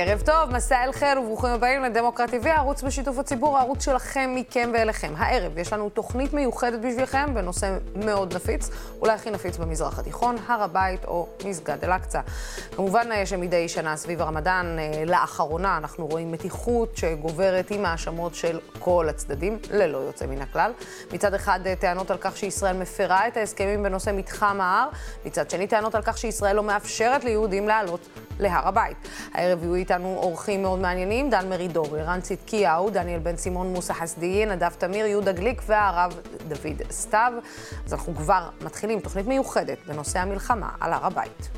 ערב טוב, מסע אל חיל וברוכים הבאים לדמוקרט TV, הערוץ בשיתוף הציבור, הערוץ שלכם, מכם ואליכם. הערב יש לנו תוכנית מיוחדת בשבילכם בנושא מאוד נפיץ, אולי הכי נפיץ במזרח התיכון, הר הבית או מסגד אל-אקצא. כמובן שמדי שנה סביב הרמדאן, לאחרונה אנחנו רואים מתיחות שגוברת עם האשמות של כל הצדדים, ללא יוצא מן הכלל. מצד אחד טענות על כך שישראל מפרה את ההסכמים בנושא מתחם ההר, מצד שני טענות על כך שישראל לא מאפשרת ליהודים לעלות להר הבית. הערב יהיו איתנו אורחים מאוד מעניינים, דן מרידור, ערן צדקיהו, דניאל בן סימון, מוסא חסדייה, נדב תמיר, יהודה גליק והרב דוד סתיו. אז אנחנו כבר מתחילים תוכנית מיוחדת בנושא המלחמה על הר הבית.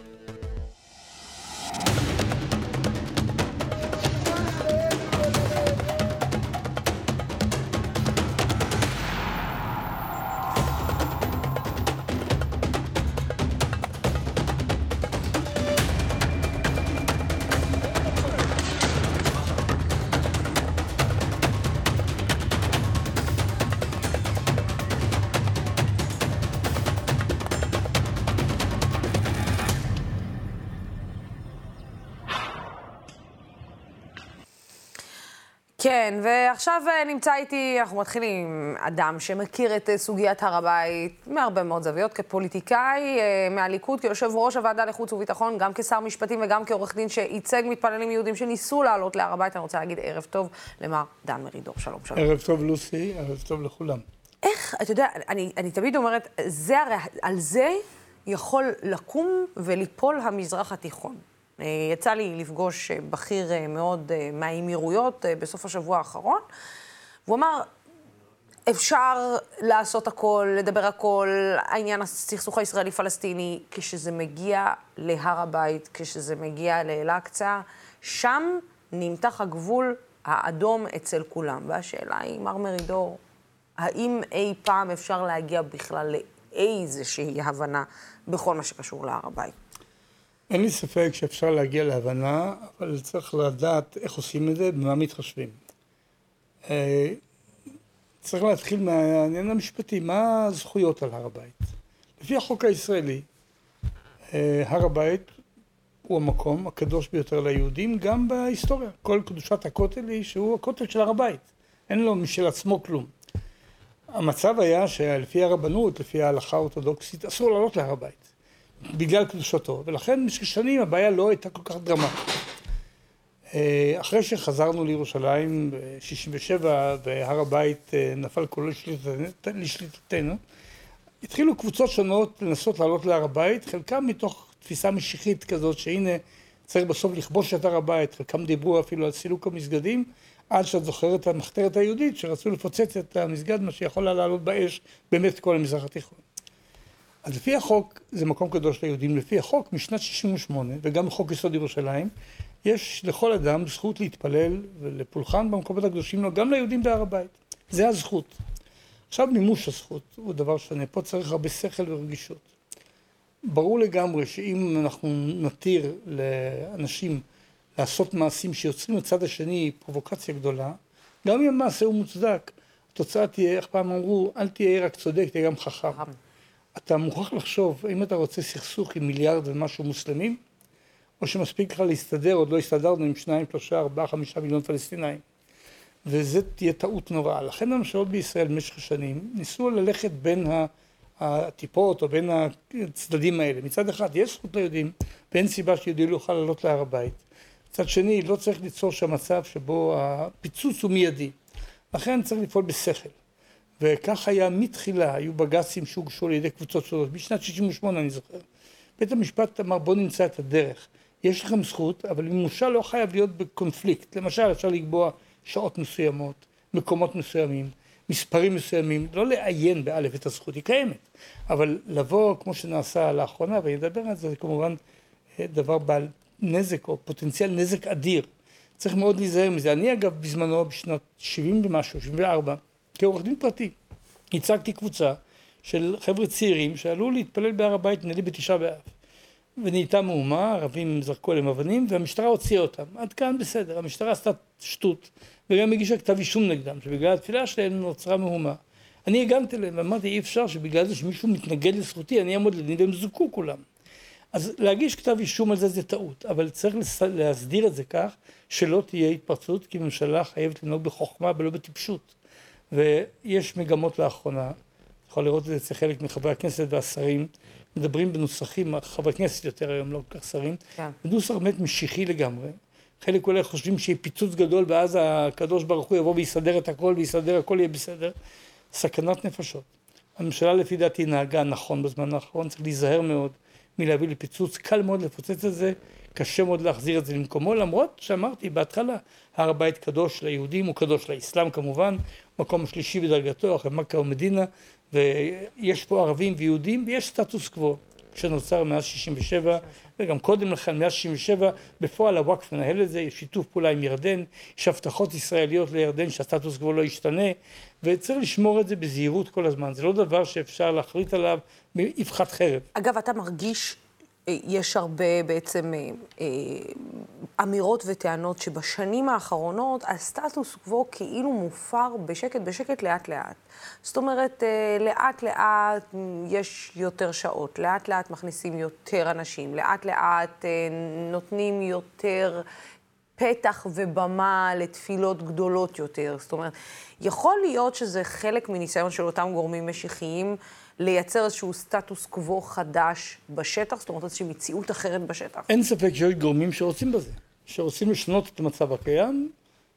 כן, ועכשיו נמצא איתי, אנחנו מתחילים עם אדם שמכיר את סוגיית הר הבית מהרבה מאוד זוויות, כפוליטיקאי מהליכוד, כיושב ראש הוועדה לחוץ וביטחון, גם כשר משפטים וגם כעורך דין שייצג מתפללים יהודים שניסו לעלות להר הבית. אני רוצה להגיד ערב טוב למר דן מרידור. שלום, שלום. ערב טוב לוסי, ערב טוב לכולם. איך, אתה יודע, אני תמיד אומרת, על זה יכול לקום וליפול המזרח התיכון. יצא לי לפגוש בכיר מאוד מהאמירויות בסוף השבוע האחרון, והוא אמר, אפשר לעשות הכל, לדבר הכל, העניין הסכסוך הישראלי-פלסטיני, כשזה מגיע להר הבית, כשזה מגיע לאל-אקצא, שם נמתח הגבול האדום אצל כולם. והשאלה היא, מר מרידור, האם אי פעם אפשר להגיע בכלל לאיזושהי הבנה בכל מה שקשור להר הבית? אין לי ספק שאפשר להגיע להבנה, אבל צריך לדעת איך עושים את זה, במה מתחשבים. צריך להתחיל מהעניין המשפטי, מה הזכויות על הר הבית. לפי החוק הישראלי, הר הבית הוא המקום הקדוש ביותר ליהודים, גם בהיסטוריה. כל קדושת הכותל היא שהוא הכותל של הר הבית. אין לו משל עצמו כלום. המצב היה שלפי הרבנות, לפי ההלכה האורתודוקסית, אסור לעלות להר הבית. בגלל קדושתו, ולכן במשך שנים הבעיה לא הייתה כל כך דרמטית. אחרי שחזרנו לירושלים ב-67' והר הבית נפל כולו לשליטתנו, התחילו קבוצות שונות לנסות לעלות להר הבית, חלקם מתוך תפיסה משיחית כזאת שהנה צריך בסוף לכבוש את הר הבית, חלקם דיברו אפילו על סילוק המסגדים, עד שאת זוכרת המחתרת היהודית שרצו לפוצץ את המסגד, מה שיכול היה לעלות באש באמת כל המזרח התיכון. אז לפי החוק, זה מקום קדוש ליהודים, לפי החוק משנת 68, וגם בחוק יסוד ירושלים, יש לכל אדם זכות להתפלל ולפולחן במקומות הקדושים לו, גם ליהודים בהר הבית. זה הזכות. עכשיו מימוש הזכות הוא דבר שונה, פה צריך הרבה שכל ורגישות. ברור לגמרי שאם אנחנו נתיר לאנשים לעשות מעשים שיוצרים לצד השני פרובוקציה גדולה, גם אם המעשה הוא מוצדק, התוצאה תהיה, איך פעם אמרו, אל תהיה רק צודק, תהיה גם חכם. אתה מוכרח לחשוב, אם אתה רוצה סכסוך עם מיליארד ומשהו מוסלמים, או שמספיק לך להסתדר, עוד לא הסתדרנו עם 2, 3, 4, 5 מיליון פלסטינאים. וזה תהיה טעות נוראה. לכן הממשלות בישראל במשך השנים ניסו ללכת בין הטיפות או בין הצדדים האלה. מצד אחד יש זכות ליהודים, ואין סיבה שיהודי לא יוכל לעלות להר הבית. מצד שני, לא צריך ליצור שם מצב שבו הפיצוץ הוא מיידי. לכן צריך לפעול בשכל. וכך היה מתחילה, היו בג"צים שהוגשו על ידי קבוצות שונות, בשנת 68 אני זוכר. בית המשפט אמר בוא נמצא את הדרך, יש לכם זכות, אבל מימושה לא חייב להיות בקונפליקט. למשל אפשר לקבוע שעות מסוימות, מקומות מסוימים, מספרים מסוימים, לא לעיין באלף את הזכות, היא קיימת. אבל לבוא כמו שנעשה לאחרונה, וידבר על זה, זה כמובן דבר בעל נזק או פוטנציאל נזק אדיר. צריך מאוד להיזהר מזה. אני אגב בזמנו בשנת 70 ומשהו, 74, כעורך דין פרטי, הצגתי קבוצה של חבר'ה צעירים שעלו להתפלל בהר הבית נדמה לי בתשעה באב. ונהייתה מהומה, ערבים זרקו עליהם אבנים, והמשטרה הוציאה אותם. עד כאן בסדר, המשטרה עשתה שטות, וגם הגישה כתב אישום נגדם, שבגלל התפילה שלהם נוצרה מהומה. אני הגנתי להם ואמרתי, אי אפשר שבגלל זה שמישהו מתנגד לזכותי, אני אעמוד לדין והם זוכו כולם. אז להגיש כתב אישום על זה טעות, אבל צריך להסדיר את זה כך שלא תהיה התפרצות, כי ממשלה חייבת לנהוג בחוכמה ולא בטיפשות. ויש מגמות לאחרונה, יכול לראות את זה אצל חלק מחברי הכנסת והשרים, מדברים בנוסחים, חברי כנסת יותר היום, לא כל כך שרים, בנוסח באמת משיחי לגמרי. חלק אולי חושבים שיהיה פיצוץ גדול, ואז הקדוש ברוך הוא יבוא ויסדר את הכל, ויסדר, הכל יהיה בסדר. סכנת נפשות. הממשלה לפי דעתי נהגה נכון בזמן האחרון, צריך להיזהר מאוד מלהביא לפיצוץ, קל מאוד לפוצץ את זה, קשה מאוד להחזיר את זה למקומו, למרות שאמרתי בהתחלה, הר הבית קדוש ליהודים, הוא קדוש לאסלאם כמובן, מקום שלישי בדרגתו, אחרי מכה ומדינה, ויש פה ערבים ויהודים, ויש סטטוס קוו שנוצר מאז 67, וגם קודם לכן, מאז 67, בפועל הוואקף מנהל את זה, יש שיתוף פעולה עם ירדן, יש הבטחות ישראליות לירדן שהסטטוס קוו לא ישתנה, וצריך לשמור את זה בזהירות כל הזמן. זה לא דבר שאפשר להחליט עליו באבחת חרב. אגב, אתה מרגיש, יש הרבה בעצם אמירות וטענות שבשנים האחרונות הסטטוס קוו כאילו מופר בשקט לאט לאט. זאת אומרת, לאט לאט יש יותר שעות, לאט לאט מכניסים יותר אנשים, לאט לאט נותנים יותר פתח ובמה לתפילות גדולות יותר. זאת אומרת, יכול להיות שזה חלק מניסיון של אותם גורמים משיחיים לייצר איזשהו סטטוס קוו חדש בשטח, זאת אומרת איזושהי מציאות אחרת בשטח. אין ספק שיש גורמים שרוצים בזה, שרוצים לשנות את המצב הקיים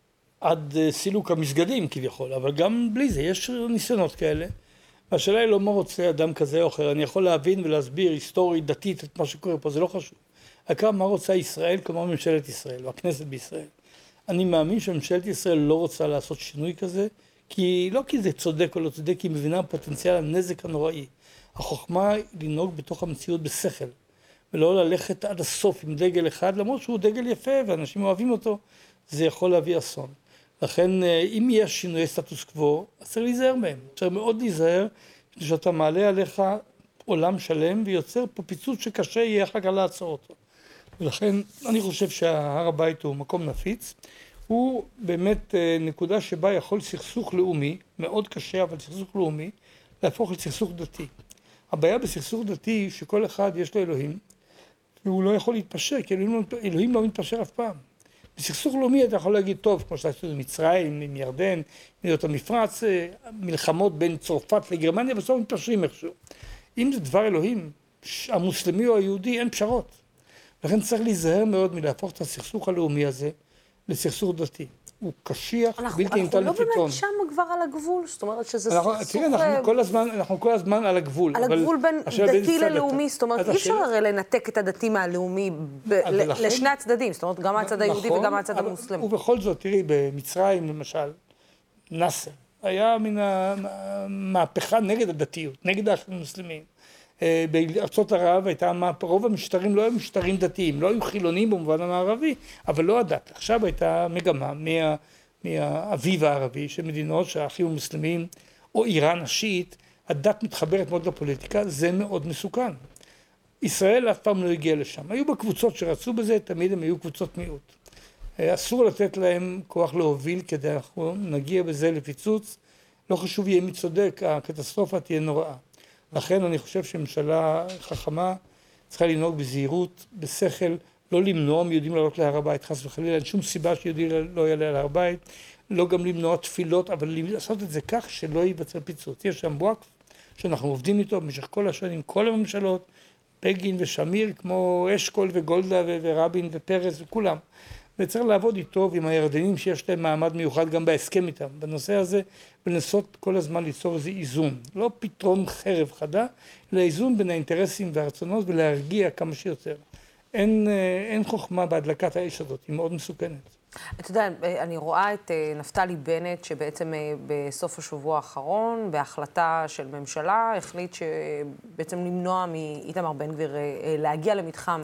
עד סילוק המסגדים כביכול, אבל גם בלי זה יש ניסיונות כאלה. והשאלה היא לא מה רוצה אדם כזה או אחר, אני יכול להבין ולהסביר היסטורית, דתית, את מה שקורה פה, זה לא חשוב. העיקר מה רוצה ישראל כמו ממשלת ישראל, או הכנסת בישראל. אני מאמין שממשלת ישראל לא רוצה לעשות שינוי כזה, לא כי זה צודק או לא צודק, כי היא מבינה פוטנציאל הנזק הנוראי. החוכמה היא לנהוג בתוך המציאות בשכל, ולא ללכת עד הסוף עם דגל אחד, למרות שהוא דגל יפה ואנשים אוהבים אותו, זה יכול להביא אסון. לכן, אם יש שינויי סטטוס קוו, אז צריך להיזהר מהם. צריך מאוד להיזהר, שאתה מעלה עליך עולם שלם, ויוצר פה פיצוץ שקשה יהיה אחר כך לעצור אותו. ולכן, אני חושב שההר הבית הוא מקום נפיץ, הוא באמת נקודה שבה יכול סכסוך לאומי, מאוד קשה, אבל סכסוך לאומי, להפוך לסכסוך דתי. הבעיה בסכסוך דתי היא שכל אחד יש לו אלוהים, והוא לא יכול להתפשר, כי אלוהים לא מתפשר אף פעם. בסכסוך לאומי אתה יכול להגיד, טוב, כמו שעשו עם מצרים, עם ירדן, מדינות המפרץ, מלחמות בין צרפת לגרמניה, בסוף מתפשרים איכשהו. אם זה דבר אלוהים, המוסלמי או היהודי, אין פשרות. לכן צריך להיזהר מאוד מלהפוך את הסכסוך הלאומי הזה, לסכסוך דתי. הוא קשיח, בלתי ניתן לפתרון. אנחנו לא באמת שם כבר על הגבול, זאת אומרת שזה סכסוך... תראה, אנחנו כל הזמן על הגבול. על הגבול בין דתי ללאומי, זאת אומרת, אי אפשר הרי לנתק את הדתי מהלאומי לשני הצדדים, זאת אומרת, גם מהצד היהודי וגם מהצד המוסלמי. ובכל זאת, תראי, במצרים למשל, נאסר, היה מן המהפכה נגד הדתיות, נגד המוסלמים. בארצות ערב רוב המשטרים לא היו משטרים דתיים, לא היו חילונים במובן המערבי, אבל לא הדת. עכשיו הייתה מגמה מהאביב הערבי של מדינות שהאחים המוסלמים או איראן השיעית, הדת מתחברת מאוד לפוליטיקה, זה מאוד מסוכן. ישראל אף פעם לא הגיעה לשם. היו בקבוצות שרצו בזה, תמיד הם היו קבוצות מיעוט. אסור לתת להם כוח להוביל כדי אנחנו נגיע בזה לפיצוץ, לא חשוב יהיה מי צודק, הקטסטרופה תהיה נוראה. לכן אני חושב שממשלה חכמה צריכה לנהוג בזהירות, בשכל, לא למנוע מיהודים לעלות להר הבית, חס וחלילה, אין שום סיבה שיהודי לא יעלה להר הבית, לא גם למנוע תפילות, אבל לעשות את זה כך שלא ייווצר פיצוץ. יש שם וואקף שאנחנו עובדים איתו במשך כל השנים, כל הממשלות, בגין ושמיר, כמו אשכול וגולדה ורבין ופרס וכולם. וצריך לעבוד איתו עם הירדנים שיש להם מעמד מיוחד גם בהסכם איתם, בנושא הזה, ולנסות כל הזמן ליצור איזה איזון. לא פתרון חרב חדה, אלא איזון בין האינטרסים והרצונות ולהרגיע כמה שיותר. אין חוכמה בהדלקת האש הזאת, היא מאוד מסוכנת. אתה יודע, אני רואה את נפתלי בנט, שבעצם בסוף השבוע האחרון, בהחלטה של ממשלה, החליט שבעצם למנוע מאיתמר בן גביר להגיע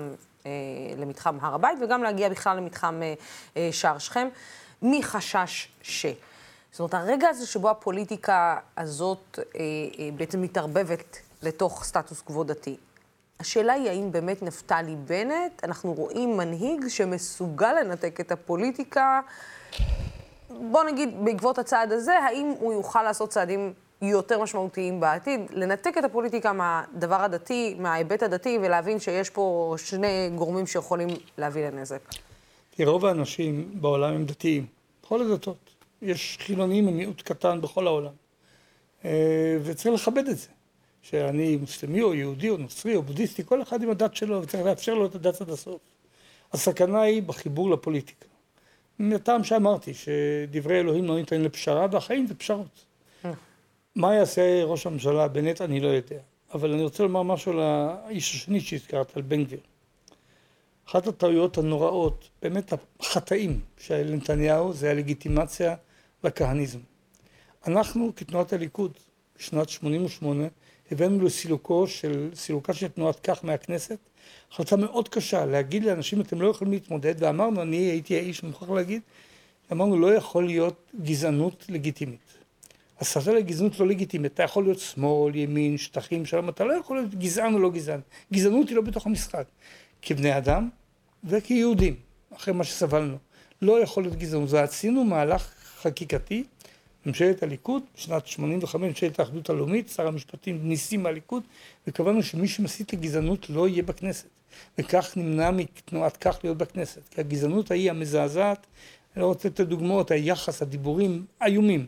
למתחם הר הבית, וגם להגיע בכלל למתחם שער שכם, מחשש זאת אומרת, הרגע הזה שבו הפוליטיקה הזאת בעצם מתערבבת לתוך סטטוס קוו דתי. השאלה היא האם באמת נפתלי בנט, אנחנו רואים מנהיג שמסוגל לנתק את הפוליטיקה, בוא נגיד בעקבות הצעד הזה, האם הוא יוכל לעשות צעדים יותר משמעותיים בעתיד, לנתק את הפוליטיקה מהדבר הדתי, מההיבט הדתי, ולהבין שיש פה שני גורמים שיכולים להביא לנזק. כי רוב האנשים בעולם הם דתיים, בכל הדתות. יש חילונים ומיעוט קטן בכל העולם. וצריך לכבד את זה. שאני מוסלמי או יהודי או נוצרי או בודהיסטי, כל אחד עם הדת שלו, וצריך לאפשר לו את הדת עד הסוף. הסכנה היא בחיבור לפוליטיקה. מהטעם שאמרתי, שדברי אלוהים לא ניתנים לפשרה, והחיים זה פשרות. מה יעשה ראש הממשלה בנט, אני לא יודע. אבל אני רוצה לומר משהו לאיש השני שהזכרת, על בן גביר. אחת הטעויות הנוראות, באמת החטאים של נתניהו, זה הלגיטימציה לכהניזם. אנחנו כתנועת הליכוד, בשנת 88, הבאנו לסילוקה של תנועת כך מהכנסת, החלטה מאוד קשה להגיד לאנשים, אתם לא יכולים להתמודד, ואמרנו, אני הייתי האיש, מוכרח להגיד, אמרנו, לא יכול להיות גזענות לגיטימית. הסתה לגזענות לא לגיטימית, אתה יכול להיות שמאל, ימין, שטחים, שלום, אתה לא יכול להיות גזען או לא גזען. גזענות היא לא בתוך המשחק. כבני אדם וכיהודים, אחרי מה שסבלנו. לא יכול להיות גזענות. ועשינו מהלך חקיקתי, ממשלת הליכוד, בשנת 85, ממשלת האחדות הלאומית, שר המשפטים ניסים מהליכוד, וקבענו שמי שמסית לגזענות לא יהיה בכנסת. וכך נמנע מתנועת כך להיות בכנסת. כי הגזענות ההיא המזעזעת, אני לא רוצה לתת דוגמאות, היחס, הדיבורים, איומים.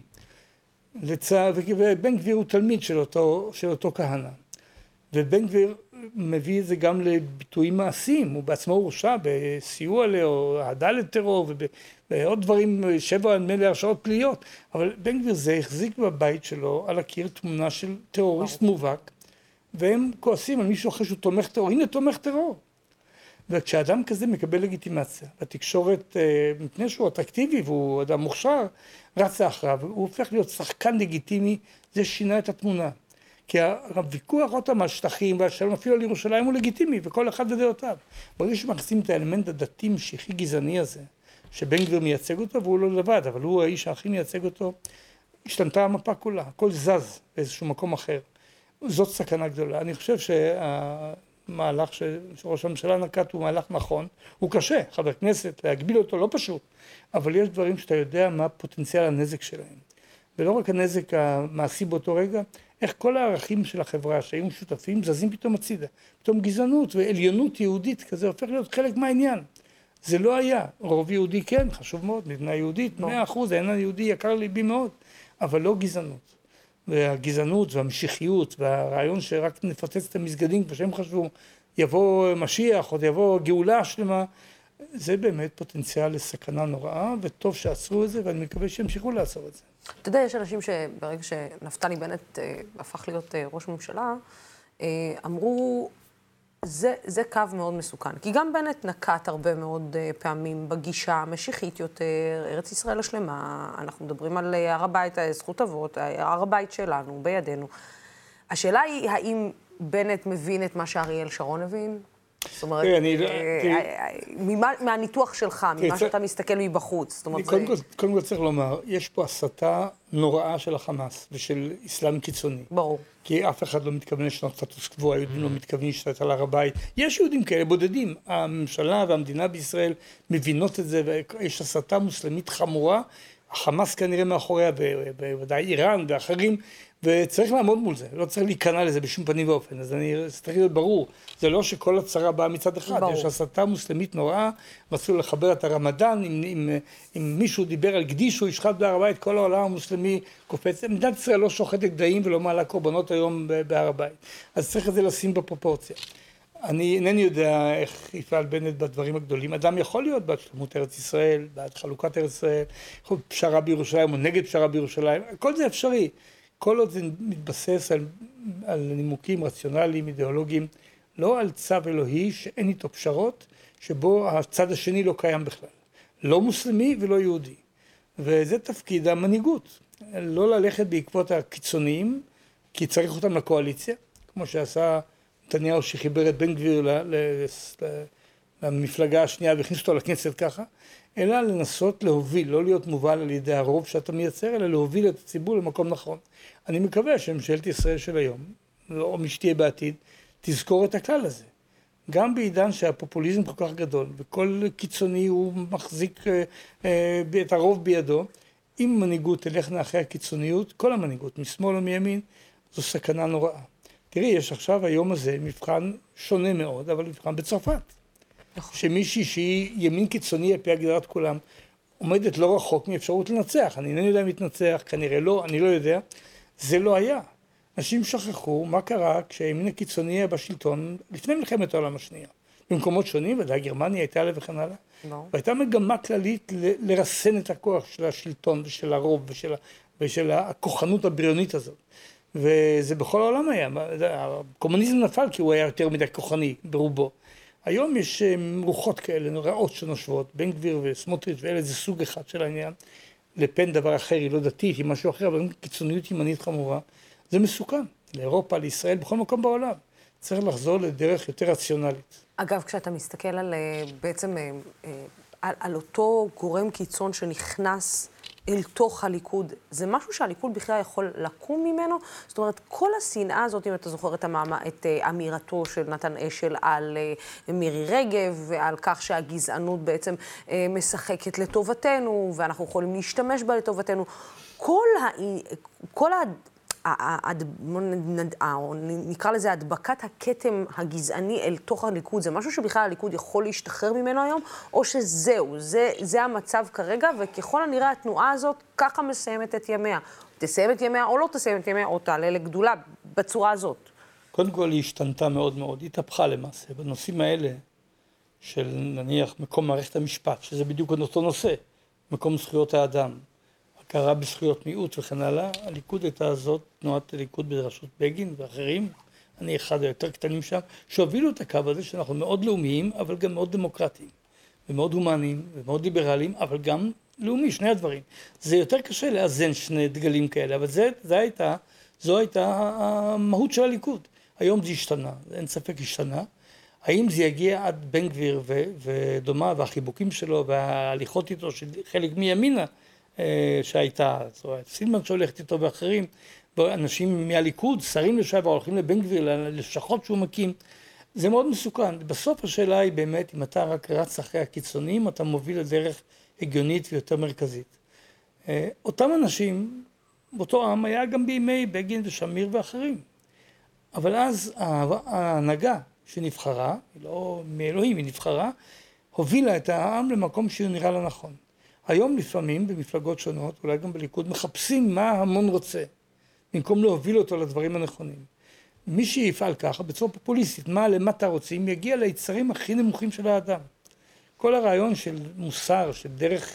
ובן גביר הוא תלמיד של אותו כהנא. ובן גביר מביא את זה גם לביטויים מעשיים, הוא בעצמו הורשע בסיוע או העדה לטרור ועוד דברים, 7 הרשעות פליליות, אבל בן גביר זה החזיק בבית שלו על הקיר תמונה של טרוריסט מובהק, והם כועסים על מישהו אחרי שהוא תומך טרור, הנה תומך טרור. וכשאדם כזה מקבל לגיטימציה, התקשורת, מפני שהוא אטרקטיבי והוא אדם מוכשר, רצה אחריו, הוא הופך להיות שחקן לגיטימי, זה שינה את התמונה. כי הוויכוח אותם על שטחים ועל שלום, אפילו על ירושלים הוא לגיטימי, וכל אחד ודעותיו. ברגע שמכניסים את האלמנט הדתי משיחי גזעני הזה, שבן גביר מייצג אותו, והוא לא לבד, אבל הוא האיש הכי מייצג אותו, השתנתה המפה כולה, הכל זז באיזשהו מקום אחר. זאת סכנה גדולה. אני חושב שהמהלך שראש הממשלה נקט הוא מהלך נכון, הוא קשה, חבר כנסת, להגביל אותו לא פשוט, אבל יש דברים שאתה יודע מה פוטנציאל הנזק שלהם. ולא רק הנזק המעשי באותו רגע, איך כל הערכים של החברה שהיו משותפים זזים פתאום הצידה. פתאום גזענות ועליונות יהודית כזה הופך להיות חלק מהעניין. זה לא היה. רוב יהודי כן, חשוב מאוד, מדינה יהודית, 100%, העניין היהודי יקר ליבי מאוד, אבל לא גזענות. והגזענות והמשיחיות והרעיון שרק נפוצץ את המסגדים כמו שהם חשבו, יבוא משיח או יבוא גאולה שלמה, זה באמת פוטנציאל לסכנה נוראה, וטוב שעצרו את זה, ואני מקווה שימשיכו לעצור את זה. אתה יודע, יש אנשים שברגע שנפתלי בנט הפך להיות ראש ממשלה, אמרו, זה קו מאוד מסוכן. כי גם בנט נקט הרבה מאוד פעמים בגישה המשיחית יותר, ארץ ישראל השלמה, אנחנו מדברים על הר הבית, זכות אבות, הר הבית שלנו, בידינו. השאלה היא, האם בנט מבין את מה שאריאל שרון הבין? זאת אומרת, מהניתוח שלך, ממה שאתה מסתכל מבחוץ. קודם כל צריך לומר, יש פה הסתה נוראה של החמאס ושל אסלאם קיצוני. ברור. כי אף אחד לא מתכוון לשנות סטטוס קוו, היהודים לא מתכוונים להשתלט על הר הבית. יש יהודים כאלה בודדים. הממשלה והמדינה בישראל מבינות את זה, ויש הסתה מוסלמית חמורה. החמאס כנראה מאחוריה, בוודאי איראן ואחרים, וצריך לעמוד מול זה, לא צריך להיכנע לזה בשום פנים ואופן, אז צריך להיות ברור, זה לא שכל הצרה באה מצד אחד, ברור. יש הסתה מוסלמית נוראה, רצו לחבר את הרמדאן, אם מישהו דיבר על קדיש, הוא ישחט בהר הבית, כל העולם המוסלמי קופץ, מדינת ישראל לא שוחטת גדיים ולא מעלה קורבנות היום בהר הבית, אז צריך את זה לשים בפרופורציה. אני אינני יודע איך יפעל בנט בדברים הגדולים. אדם יכול להיות בעד שלמות ארץ ישראל, בעד חלוקת ארץ ישראל, פשרה בירושלים או נגד פשרה בירושלים, כל זה אפשרי. כל עוד זה מתבסס על נימוקים רציונליים, אידיאולוגיים, לא על צו אלוהי שאין איתו פשרות, שבו הצד השני לא קיים בכלל. לא מוסלמי ולא יהודי. וזה תפקיד המנהיגות. לא ללכת בעקבות הקיצוניים, כי צריך אותם לקואליציה, כמו שעשה נתניהו שחיבר את בן גביר למפלגה השנייה והכניס אותו לכנסת ככה, אלא לנסות להוביל, לא להיות מובל על ידי הרוב שאתה מייצר, אלא להוביל את הציבור למקום נכון. אני מקווה שממשלת ישראל של היום, או מי שתהיה בעתיד, תזכור את הכלל הזה. גם בעידן שהפופוליזם כל כך גדול, וכל קיצוני הוא מחזיק את הרוב בידו, אם מנהיגות תלכנה אחרי הקיצוניות, כל המנהיגות, משמאל או מימין, זו סכנה נוראה. תראי, יש עכשיו היום הזה מבחן שונה מאוד, אבל מבחן בצרפת. שמישהי שהיא ימין קיצוני על פי הגדרת כולם, עומדת לא רחוק מאפשרות לנצח. אני אינני יודע אם יתנצח, כנראה לא, אני לא יודע. זה לא היה. אנשים שכחו מה קרה כשהימין הקיצוני היה בשלטון לפני מלחמת העולם השנייה. במקומות שונים, ודאי גרמניה הייתה לה וכן הלאה. והייתה מגמה כללית לרסן את הכוח של השלטון ושל הרוב ושל הכוחנות הבריונית הזאת. וזה בכל העולם היה. הקומוניזם נפל כי הוא היה יותר מדי כוחני ברובו. היום יש רוחות כאלה נוראות שנושבות, בן גביר וסמוטריץ' ואלה זה סוג אחד של העניין. לפן דבר אחר, היא לא דתית, היא משהו אחר, אבל קיצוניות ימנית חמורה. זה מסוכן לאירופה, לישראל, בכל מקום בעולם. צריך לחזור לדרך יותר רציונלית. אגב, כשאתה מסתכל על בעצם על אותו גורם קיצון שנכנס אל תוך הליכוד, זה משהו שהליכוד בכלל יכול לקום ממנו? זאת אומרת, כל השנאה הזאת, אם אתה זוכר את אמירתו של נתן אשל על מירי רגב, ועל כך שהגזענות בעצם משחקת לטובתנו, ואנחנו יכולים להשתמש בה לטובתנו, נקרא לזה הדבקת הכתם הגזעני אל תוך הליכוד, זה משהו שבכלל הליכוד יכול להשתחרר ממנו היום, או שזהו, זה המצב כרגע, וככל הנראה התנועה הזאת ככה מסיימת את ימיה. תסיים את ימיה או לא תסיים את ימיה, או תעלה לגדולה בצורה הזאת. קודם כל היא השתנתה מאוד מאוד, היא התהפכה למעשה. בנושאים האלה של נניח מקום מערכת המשפט, שזה בדיוק אותו נושא, מקום זכויות האדם, הכרה בזכויות מיעוט וכן הלאה, הליכוד הייתה הזאת, תנועת הליכוד בראשות בגין ואחרים, אני אחד היותר קטנים שם, שהובילו את הקו הזה שאנחנו מאוד לאומיים, אבל גם מאוד דמוקרטיים, ומאוד הומניים, ומאוד ליברליים, אבל גם לאומי, שני הדברים. זה יותר קשה לאזן שני דגלים כאלה, אבל זו הייתה המהות של הליכוד. היום זה השתנה, אין ספק השתנה. האם זה יגיע עד בן גביר ודומה, והחיבוקים שלו, וההליכות איתו של חלק מימינה, שהייתה, סילמן שהולכת איתו ואחרים, אנשים מהליכוד, שרים לשעבר, הולכים לבן גביר, ללשכות שהוא מקים, זה מאוד מסוכן. בסוף השאלה היא באמת, אם אתה רק רץ אחרי הקיצונים, אתה מוביל לדרך הגיונית ויותר מרכזית. אותם אנשים, באותו עם היה גם בימי בגין ושמיר ואחרים. אבל אז ההנהגה שנבחרה, לא מאלוהים היא נבחרה, הובילה את העם למקום שהוא נראה לה נכון. היום לפעמים במפלגות שונות, אולי גם בליכוד, מחפשים מה המון רוצה, במקום להוביל אותו לדברים הנכונים. מי שיפעל ככה, בצורה פופוליסטית, למה אתה רוצים, יגיע ליצרים הכי נמוכים של האדם. כל הרעיון של מוסר, של דרך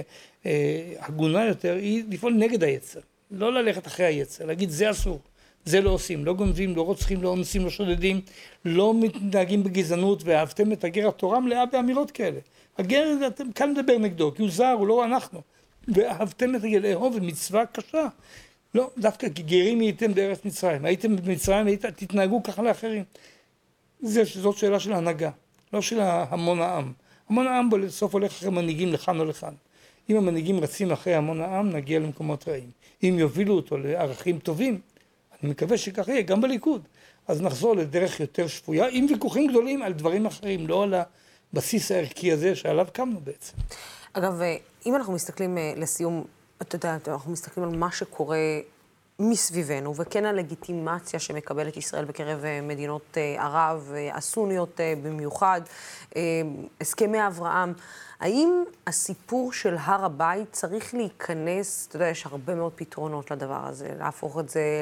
הגונה יותר, היא לפעול נגד היצר. לא ללכת אחרי היצר, להגיד זה אסור, זה לא עושים, לא גונבים, לא רוצחים, לא אונסים, לא שודדים, לא מתנהגים בגזענות, ואהבתם את הגר התורה מלאה באמירות כאלה. הגר, אתם כאן מדבר נגדו, כי הוא זר, הוא לא אנחנו. ואהבתם את הגר, לאהוב, מצווה קשה. לא, דווקא כי גרים הייתם בארץ מצרים. הייתם במצרים, תתנהגו ככה לאחרים. זאת שאלה של ההנהגה, לא של המון העם. המון העם בסוף הולך אחרי מנהיגים לכאן או לכאן. אם המנהיגים רצים אחרי המון העם, נגיע למקומות רעים. אם יובילו אותו לערכים טובים, אני מקווה שכך יהיה, גם בליכוד. אז נחזור לדרך יותר שפויה, עם ויכוחים גדולים על דברים אחרים, לא על הבסיס הערכי הזה שעליו קמנו בעצם. אגב, אם אנחנו מסתכלים לסיום, אתה יודע, אנחנו מסתכלים על מה שקורה מסביבנו, וכן הלגיטימציה שמקבלת ישראל בקרב מדינות ערב, הסוניות במיוחד, הסכמי אברהם, האם הסיפור של הר הבית צריך להיכנס, אתה יודע, יש הרבה מאוד פתרונות לדבר הזה, להפוך את זה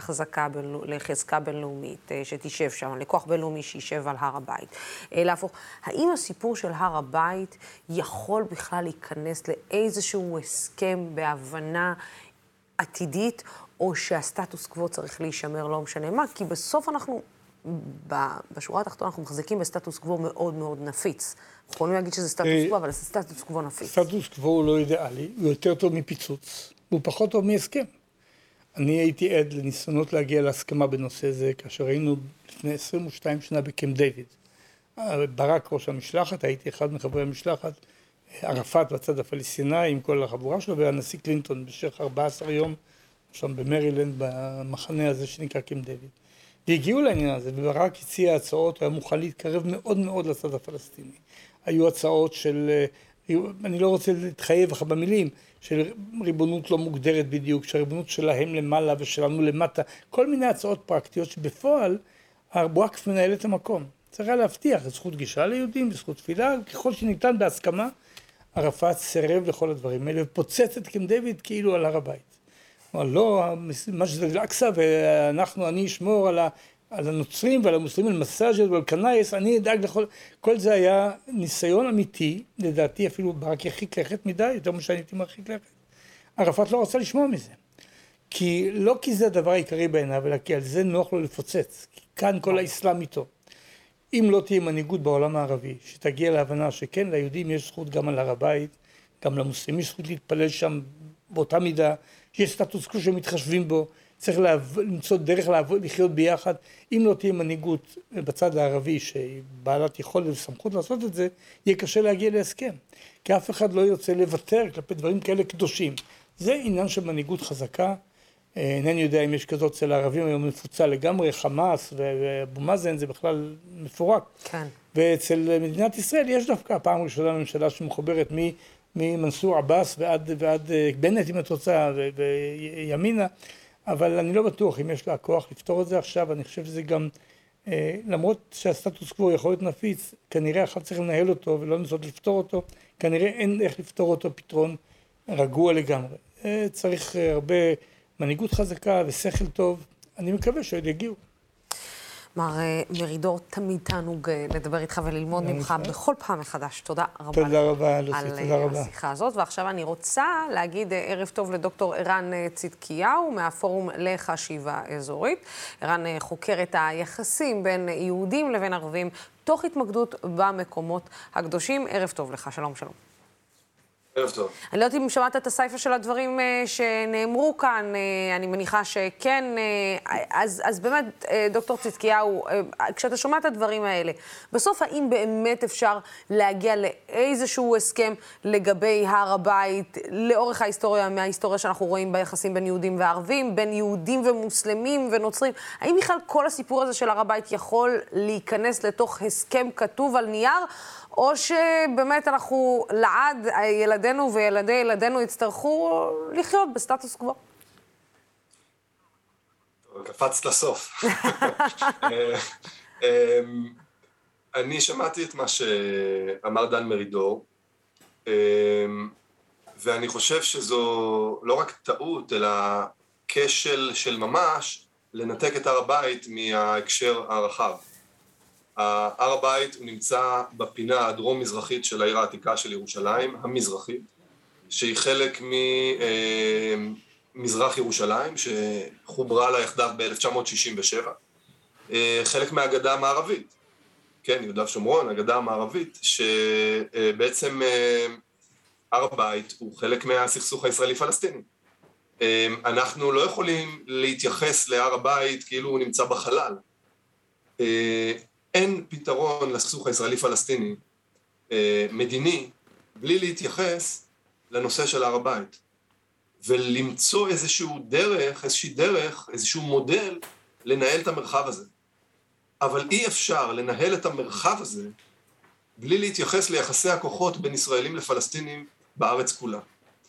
לחזקה בינלאומית, שתישב שם, לכוח בינלאומי שישב על הר הבית. האם הסיפור של הר הבית יכול בכלל להיכנס לאיזשהו הסכם בהבנה עתידית, או שהסטטוס קוו צריך להישמר, לא משנה מה, כי בסוף אנחנו, בשורה התחתונה, אנחנו מחזיקים בסטטוס קוו מאוד מאוד נפיץ. אנחנו יכולים להגיד שזה סטטוס קוו, אבל זה סטטוס קוו נפיץ. סטטוס קוו הוא לא אידיאלי, הוא יותר טוב מפיצוץ, והוא פחות טוב מהסכם. אני הייתי עד לניסיונות להגיע להסכמה בנושא זה, כאשר היינו לפני 22 שנה בקמפ דיוויד. ברק ראש המשלחת, הייתי אחד מחברי המשלחת, ערפאת בצד הפלסטיני עם כל החבורה שלו, והנשיא קלינטון במשך 14 יום, שם במרילנד, במחנה הזה שנקרא קמפ דיוויד. והגיעו לעניין הזה, וברק הציע הצעות, הוא היה מוכן להתקרב מאוד מאוד לצד הפלסטיני. היו הצעות אני לא רוצה להתחייב לך במילים, שריבונות לא מוגדרת בדיוק, שהריבונות שלהם למעלה ושלנו למטה, כל מיני הצעות פרקטיות שבפועל הוואקף מנהל את המקום. צריך להבטיח זכות גישה ליהודים וזכות תפילה, ככל שניתן בהסכמה. ערפאת סירב לכל הדברים האלה, ופוצץ את קמפ דיוויד כאילו על הר הבית. אבל לא, מסגד אל-אקצא, אני אשמור על הנוצרים ועל המוסלמים, על מסאג'ד ועל קנאיס, אני אדאג לכל... כל זה היה ניסיון אמיתי, לדעתי אפילו ברק ירחיק לכת מדי, יותר ממה שאני הייתי מרחיק לכת. ערפאת לא רצה לשמוע מזה. לא כי זה הדבר העיקרי בעיניו, אלא כי על זה נוח לו לפוצץ. כי כאן כל האסלאם איתו. אם לא תהיה מנהיגות בעולם הערבי, שתגיע להבנה שכן, ליהודים יש זכות גם על הר הבית, גם למוסלמים יש זכות להתפלל שם באותה מידה, שיש סטטוס קוו שמתחשבים בו, צריך למצוא דרך לחיות ביחד. אם לא תהיה מנהיגות בצד הערבי שהיא בעלת יכולת וסמכות לעשות את זה, יהיה קשה להגיע להסכם. כי אף אחד לא יוצא לוותר כלפי דברים כאלה קדושים. זה עניין של מנהיגות חזקה. אינני יודע אם יש כזאת אצל הערבים היום מפוצה לגמרי, חמאס ואבו מאזן זה בכלל מפורק. כן. ואצל מדינת ישראל יש דווקא פעם ראשונה ממשלה שמחוברת ממנסור עבאס ועד בנט אם את רוצה וימינה, אבל אני לא בטוח אם יש לה כוח לפתור את זה עכשיו. אני חושב שזה גם, למרות שהסטטוס קוו יכול להיות נפיץ, כנראה עכשיו צריך לנהל אותו ולא לנסות לפתור אותו, כנראה אין איך לפתור אותו פתרון רגוע לגמרי. צריך הרבה מנהיגות חזקה ושכל טוב, אני מקווה שעוד יגיעו. מר מרידור, תמיד תענוג לדבר איתך וללמוד ממך בכל פעם מחדש. תודה רבה. תודה רבה, לוסי, תודה רבה. על השיחה הזאת. ועכשיו אני רוצה להגיד ערב טוב לדוקטור ערן צדקיהו, מהפורום לחשיבה אזורית. ערן חוקר את היחסים בין יהודים לבין ערבים, תוך התמקדות במקומות הקדושים. ערב טוב לך, שלום שלום. ערב טוב. אני לא יודעת אם שמעת את הסייפה של הדברים שנאמרו כאן, אני מניחה שכן, אז באמת, דוקטור צדקיהו, כשאתה שומע את הדברים האלה, בסוף האם באמת אפשר להגיע לאיזשהו הסכם לגבי הר הבית, לאורך ההיסטוריה, מההיסטוריה שאנחנו רואים ביחסים בין יהודים וערבים, בין יהודים ומוסלמים ונוצרים, האם בכלל כל הסיפור הזה של הר הבית יכול להיכנס לתוך הסכם כתוב על נייר, או שבאמת אנחנו לעד, ילדינו וילדי ילדינו יצטרכו לחיות בסטטוס קוו? קפצת לסוף. אני שמעתי את מה שאמר דן מרידור, ואני חושב שזו לא רק טעות, אלא כשל של ממש לנתק את הר הבית מההקשר הרחב. הר הבית הוא נמצא בפינה הדרום-מזרחית של העיר העתיקה של ירושלים, המזרחית, שהיא חלק ממזרח ירושלים, שחוברה לה יחדיו ב-1967, חלק מהגדה המערבית, כן, יהודה ושומרון, הגדה המערבית, שבעצם הר הבית הוא חלק מהסכסוך הישראלי-פלסטיני. אנחנו לא יכולים להתייחס להר הבית כאילו הוא נמצא בחלל. אין פתרון לסכסוך הישראלי-פלסטיני מדיני בלי להתייחס לנושא של הר הבית ולמצוא איזושהי דרך, איזשהו מודל לנהל את המרחב הזה. אבל אי אפשר לנהל את המרחב הזה בלי להתייחס ליחסי הכוחות בין ישראלים לפלסטינים בארץ כולה.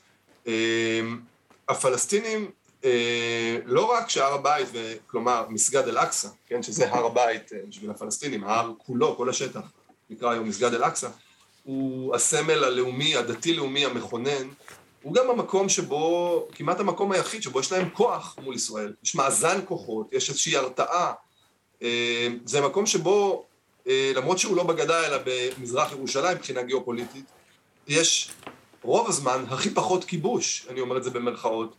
הפלסטינים לא רק שהר הבית, כלומר מסגד אל-אקצא, כן, שזה הר הבית בשביל הפלסטינים, ההר כולו, כל השטח, נקרא היום מסגד אל-אקצא, הוא הסמל הלאומי, הדתי-לאומי המכונן, הוא גם המקום שבו, כמעט המקום היחיד שבו יש להם כוח מול ישראל, יש מאזן כוחות, יש איזושהי הרתעה, זה מקום שבו, למרות שהוא לא בגדה אלא במזרח ירושלים, מבחינה גיאופוליטית, יש רוב הזמן הכי פחות כיבוש, אני אומר את זה במרכאות,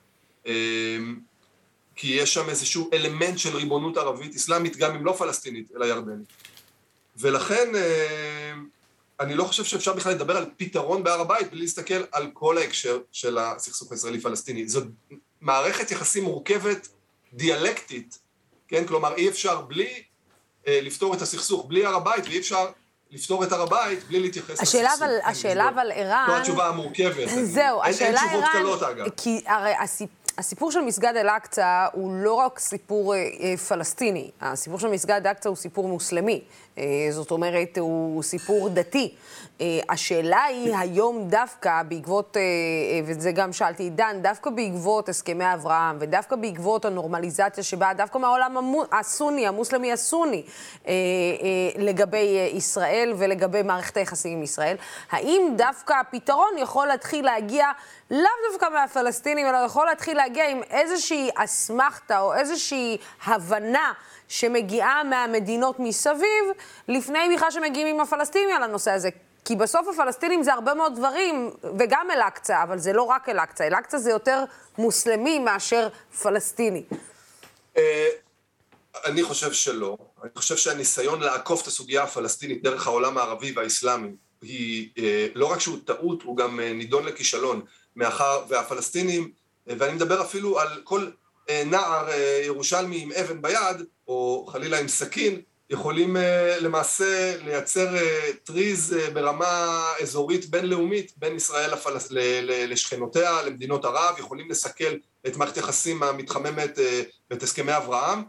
כי יש שם איזשהו אלמנט של ריבונות ערבית, אסלאמית גם אם לא פלסטינית, אלא ירדנית. ולכן אני לא חושב שאפשר בכלל לדבר על פתרון בהר הבית, בלי להסתכל על כל ההקשר של הסכסוך הישראלי-פלסטיני. זו מערכת יחסים מורכבת, דיאלקטית, כן? כלומר, אי אפשר בלי לפתור את הסכסוך, בלי הר הבית, ואי אפשר לפתור את הר הבית בלי להתייחס לסכסוך. השאלה אבל ערן... זו התשובה המורכבת. זהו, השאלה אין תשובות ערן... קלות, אגב. כי הרי הסיפור של מסגד אל-אקצא הוא לא רק סיפור פלסטיני, הסיפור של מסגד אל-אקצא הוא סיפור מוסלמי, זאת אומרת, הוא סיפור דתי. השאלה היא היום דווקא בעקבות, וזה גם שאלתי עידן, דווקא בעקבות הסכמי אברהם, ודווקא בעקבות הנורמליזציה שבאה דווקא מהעולם הסוני, המוסלמי הסוני, לגבי ישראל ולגבי מערכת היחסים עם ישראל, האם דווקא הפתרון יכול להתחיל להגיע לאו דווקא מהפלסטינים, אלא יכול להתחיל להגיע עם איזושהי אסמכתה או איזושהי הבנה שמגיעה מהמדינות מסביב, לפני בכלל שמגיעים עם הפלסטינים על הנושא הזה. כי בסוף הפלסטינים זה הרבה מאוד דברים, וגם אל-אקצא, אבל זה לא רק אל-אקצא. אל-אקצא זה יותר מוסלמי מאשר פלסטיני. אני חושב שלא. אני חושב שהניסיון לעקוף את הסוגיה הפלסטינית דרך העולם הערבי והאסלאמי, היא לא רק שהוא טעות, הוא גם נידון לכישלון. מאחר והפלסטינים, ואני מדבר אפילו על כל נער ירושלמי עם אבן ביד, או חלילה עם סכין, יכולים למעשה לייצר טריז ברמה אזורית בינלאומית בין ישראל לשכנותיה, למדינות ערב, יכולים לסכל את מערכת יחסים המתחממת ואת הסכמי אברהם.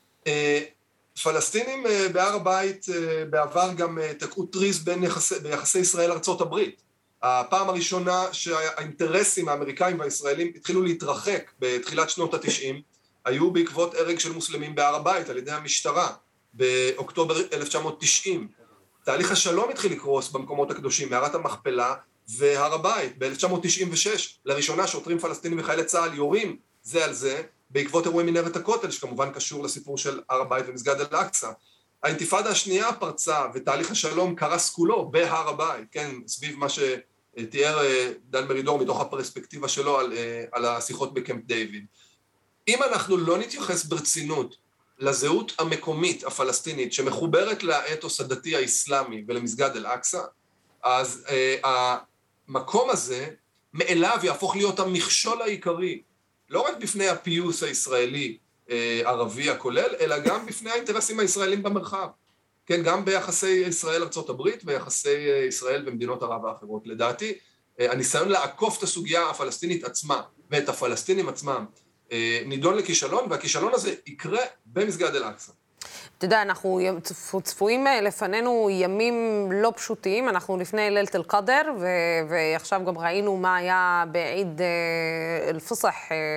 פלסטינים בהר הבית בעבר גם תקעו טריז ביחסי ישראל ארצות הברית. הפעם הראשונה שהאינטרסים האמריקאים והישראלים התחילו להתרחק בתחילת שנות ה-90, היו בעקבות הרג של מוסלמים בהר הבית על ידי המשטרה באוקטובר 1990. תהליך השלום התחיל לקרוס במקומות הקדושים, מערת המכפלה והר הבית. ב-1996, לראשונה שוטרים פלסטינים וחיילי צה"ל יורים זה על זה, בעקבות אירועי מנהרת הכותל, שכמובן קשור לסיפור של הר הבית ומסגד אל-אקצה. האינתיפאדה השנייה פרצה ותהליך השלום קרס כולו בהר הבית, כן, סביב מה שתיאר דן מרידור מתוך הפרספקטיבה שלו על השיחות בקמפ דיוויד. אם אנחנו לא נתייחס ברצינות לזהות המקומית הפלסטינית שמחוברת לאתוס הדתי האסלאמי ולמסגד אל-אקצא, אז המקום הזה מאליו יהפוך להיות המכשול העיקרי, לא רק בפני הפיוס הישראלי ערבי הכולל, אלא גם בפני האינטרסים הישראלים במרחב. כן, גם ביחסי ישראל ארצות הברית ויחסי ישראל ומדינות ערב האחרות. לדעתי, הניסיון לעקוף את הסוגיה הפלסטינית עצמה ואת הפלסטינים עצמם נידון לכישלון, והכישלון הזה יקרה במסגד אל-אקצא. אתה יודע, אנחנו צפויים לפנינו ימים לא פשוטים, אנחנו לפני לילת אל-קדר, ועכשיו גם ראינו מה היה בעיד אל-פסח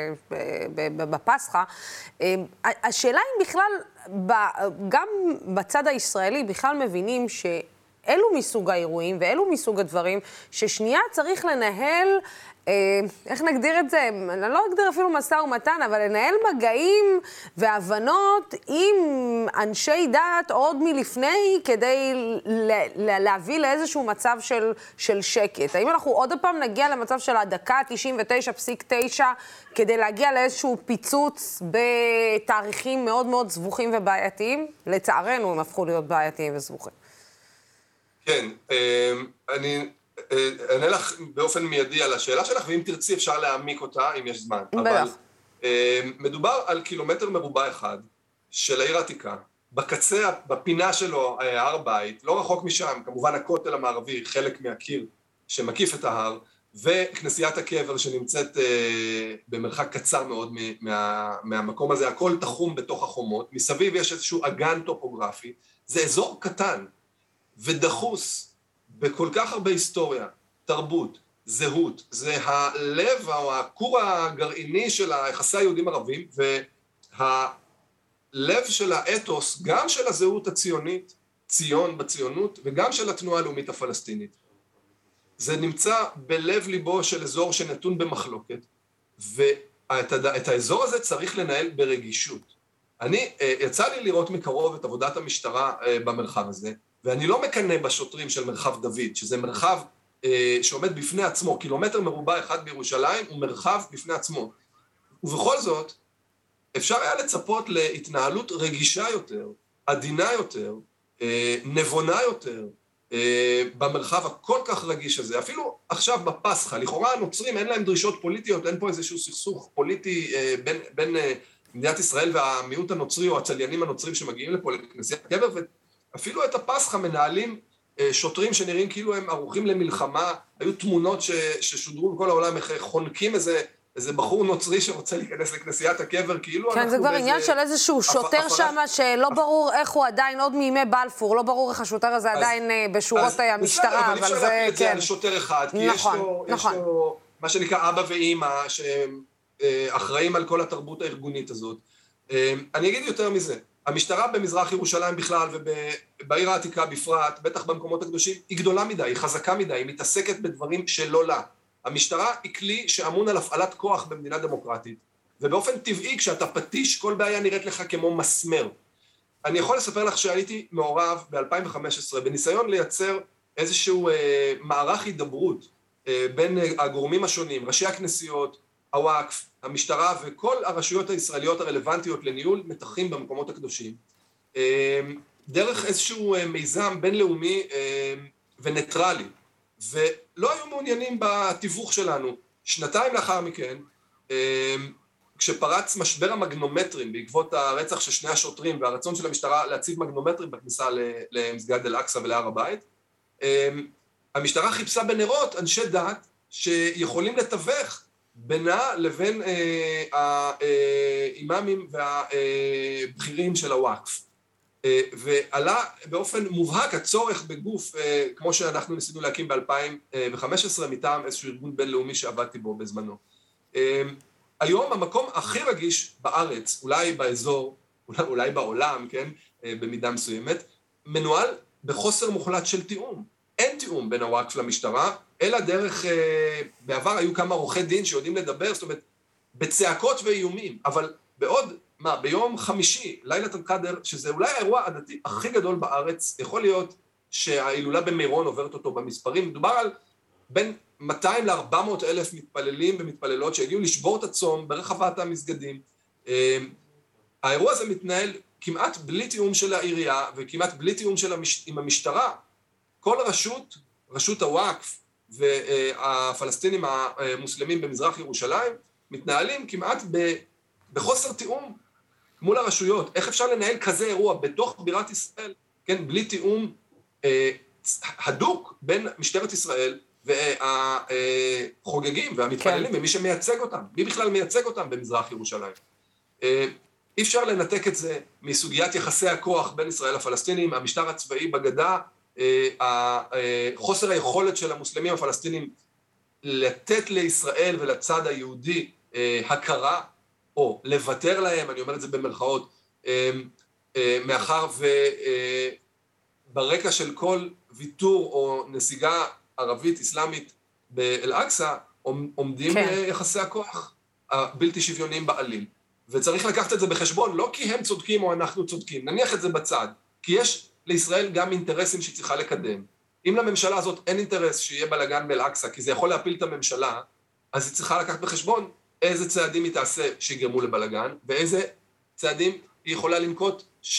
בפסחה. השאלה אם בכלל, גם בצד הישראלי, בכלל מבינים שאלו מסוג האירועים ואלו מסוג הדברים, ששנייה צריך לנהל, איך נגדיר את זה? אני לא אגדיר אפילו משא ומתן, אבל לנהל מגעים והבנות עם אנשי דת עוד מלפני, כדי להביא לאיזשהו מצב של שקט. האם אנחנו עוד פעם נגיע למצב של הדקה 99.9, כדי להגיע לאיזשהו פיצוץ בתאריכים מאוד מאוד סבוכים ובעייתיים? לצערנו הם הפכו להיות בעייתיים וסבוכים. כן, אני אענה לך באופן מיידי על השאלה שלך, ואם תרצי אפשר להעמיק אותה, אם יש זמן. אבל מדובר על קילומטר מרובע אחד של העיר העתיקה, בקצה, בפינה שלו, הר בית, לא רחוק משם, כמובן הכותל המערבי, חלק מהקיר שמקיף את ההר, וכנסיית הקבר שנמצאת במרחק קצר מאוד מהמקום הזה, הכל תחום בתוך החומות, מסביב יש איזשהו אגן טופוגרפי, זה אזור קטן ודחוס, בכל כך הרבה היסטוריה, תרבות, זהות, זה הלב או הכור הגרעיני של היחסי היהודים ערבים, והלב של האתוס, גם של הזהות הציונית, ציון בציונות, וגם של התנועה הלאומית הפלסטינית. זה נמצא בלב ליבו של אזור שנתון במחלוקת, ואת האזור הזה צריך לנהל ברגישות. יצא לי לראות מקרוב את עבודת המשטרה במרחב הזה, ואני לא מקנא בשוטרים של מרחב דוד, שזה מרחב שעומד בפני עצמו, קילומטר מרובע אחד בירושלים הוא מרחב בפני עצמו. ובכל זאת, אפשר היה לצפות להתנהלות רגישה יותר, עדינה יותר, נבונה יותר, במרחב הכל כך רגיש הזה. אפילו עכשיו בפסחה, לכאורה הנוצרים אין להם דרישות פוליטיות, אין פה איזשהו סכסוך פוליטי בין מדינת ישראל והמיעוט הנוצרי או הצליינים הנוצרים שמגיעים לפה לכנסיית הקבר, אפילו את הפסחה מנהלים שוטרים שנראים כאילו הם ערוכים למלחמה, היו תמונות ששודרו בכל העולם, איך חונקים איזה איזה בחור נוצרי שרוצה להיכנס לכנסיית הקבר, כאילו כן, זה כבר עניין של איזשהו שוטר שם, שלא ברור איך הוא עדיין, עוד מימי בלפור, לא ברור איך השוטר הזה עדיין בשורות המשטרה, אבל אפשר להפיל את זה על שוטר אחד, כי יש לו מה שנקרא אבא ואמא, שהם אחראים על כל התרבות הארגונית הזאת. אני אגיד יותר מזה, המשטרה במזרח ירושלים בכלל ובעיר העתיקה בפרט, בטח במקומות הקדושים, היא גדולה מדי, היא חזקה מדי, היא מתעסקת בדברים שלא לה. המשטרה היא כלי שאמון על הפעלת כוח במדינה דמוקרטית, ובאופן טבעי כשאתה פטיש, כל בעיה נראית לך כמו מסמר. אני יכול לספר לך שהייתי מעורב ב-2015 בניסיון לייצר איזשהו מערך הידברות בין הגורמים השונים, ראשי הכנסיות, הוואקף, המשטרה וכל הרשויות הישראליות הרלוונטיות לניהול מתחים במקומות הקדושים, דרך איזשהו מיזם בינלאומי וניטרלי, ולא היו מעוניינים בתיווך שלנו. שנתיים לאחר מכן, כשפרץ משבר המגנומטרים בעקבות הרצח של שני השוטרים והרצון של המשטרה להציב מגנומטרים בכניסה למסגד אל-אקצא ולהר הבית, המשטרה חיפשה בנרות אנשי דת שיכולים לתווך בינה לבין האימאמים והבכירים של הוואקף. ועלה באופן מובהק הצורך בגוף, כמו שאנחנו ניסינו להקים ב-2015, מטעם איזשהו ארגון בינלאומי שעבדתי בו בזמנו. היום המקום הכי רגיש בארץ, אולי באזור, אולי בעולם, כן, במידה מסוימת, מנוהל בחוסר מוחלט של תיאום. אין תיאום בין הוואקף למשטרה, אלא דרך, בעבר היו כמה עורכי דין שיודעים לדבר, זאת אומרת, בצעקות ואיומים, אבל ביום חמישי, לילת אל-קאדר, שזה אולי האירוע הדתי הכי גדול בארץ, יכול להיות שההילולה במירון עוברת אותו במספרים, מדובר על בין 200 ל-400 אלף מתפללים ומתפללות שהגיעו לשבור את הצום ברחבת המסגדים. האירוע הזה מתנהל כמעט בלי תיאום של העירייה וכמעט בלי תיאום עם המשטרה. כל רשות הוואקף והפלסטינים המוסלמים במזרח ירושלים מתנהלים כמעט בחוסר תיאום מול הרשויות. איך אפשר לנהל כזה אירוע בתוך בירת ישראל, כן, בלי תיאום הדוק בין משטרת ישראל והחוגגים והמתפללים ומי שמייצג אותם, מי בכלל מייצג אותם במזרח ירושלים. אי אפשר לנתק את זה מסוגיית יחסי הכוח בין ישראל לפלסטינים, המשטר הצבאי בגדה, חוסר היכולת של המוסלמים הפלסטינים לתת לישראל ולצד היהודי הכרה, או לוותר להם, אני אומר את זה במרכאות, מאחר וברקע של כל ויתור או נסיגה ערבית אסלאמית באל-אקצא, עומדים יחסי הכוח הבלתי שוויוניים בעליל. וצריך לקחת את זה בחשבון, לא כי הם צודקים או אנחנו צודקים, נניח את זה בצד, כי יש לישראל גם אינטרסים שהיא צריכה לקדם. אם לממשלה הזאת אין אינטרס שיהיה בלגן באל-אקצא, כי זה יכול להפיל את הממשלה, אז היא צריכה לקחת בחשבון איזה צעדים היא תעשה שיגרמו לבלגן, ואיזה צעדים היא יכולה לנקוט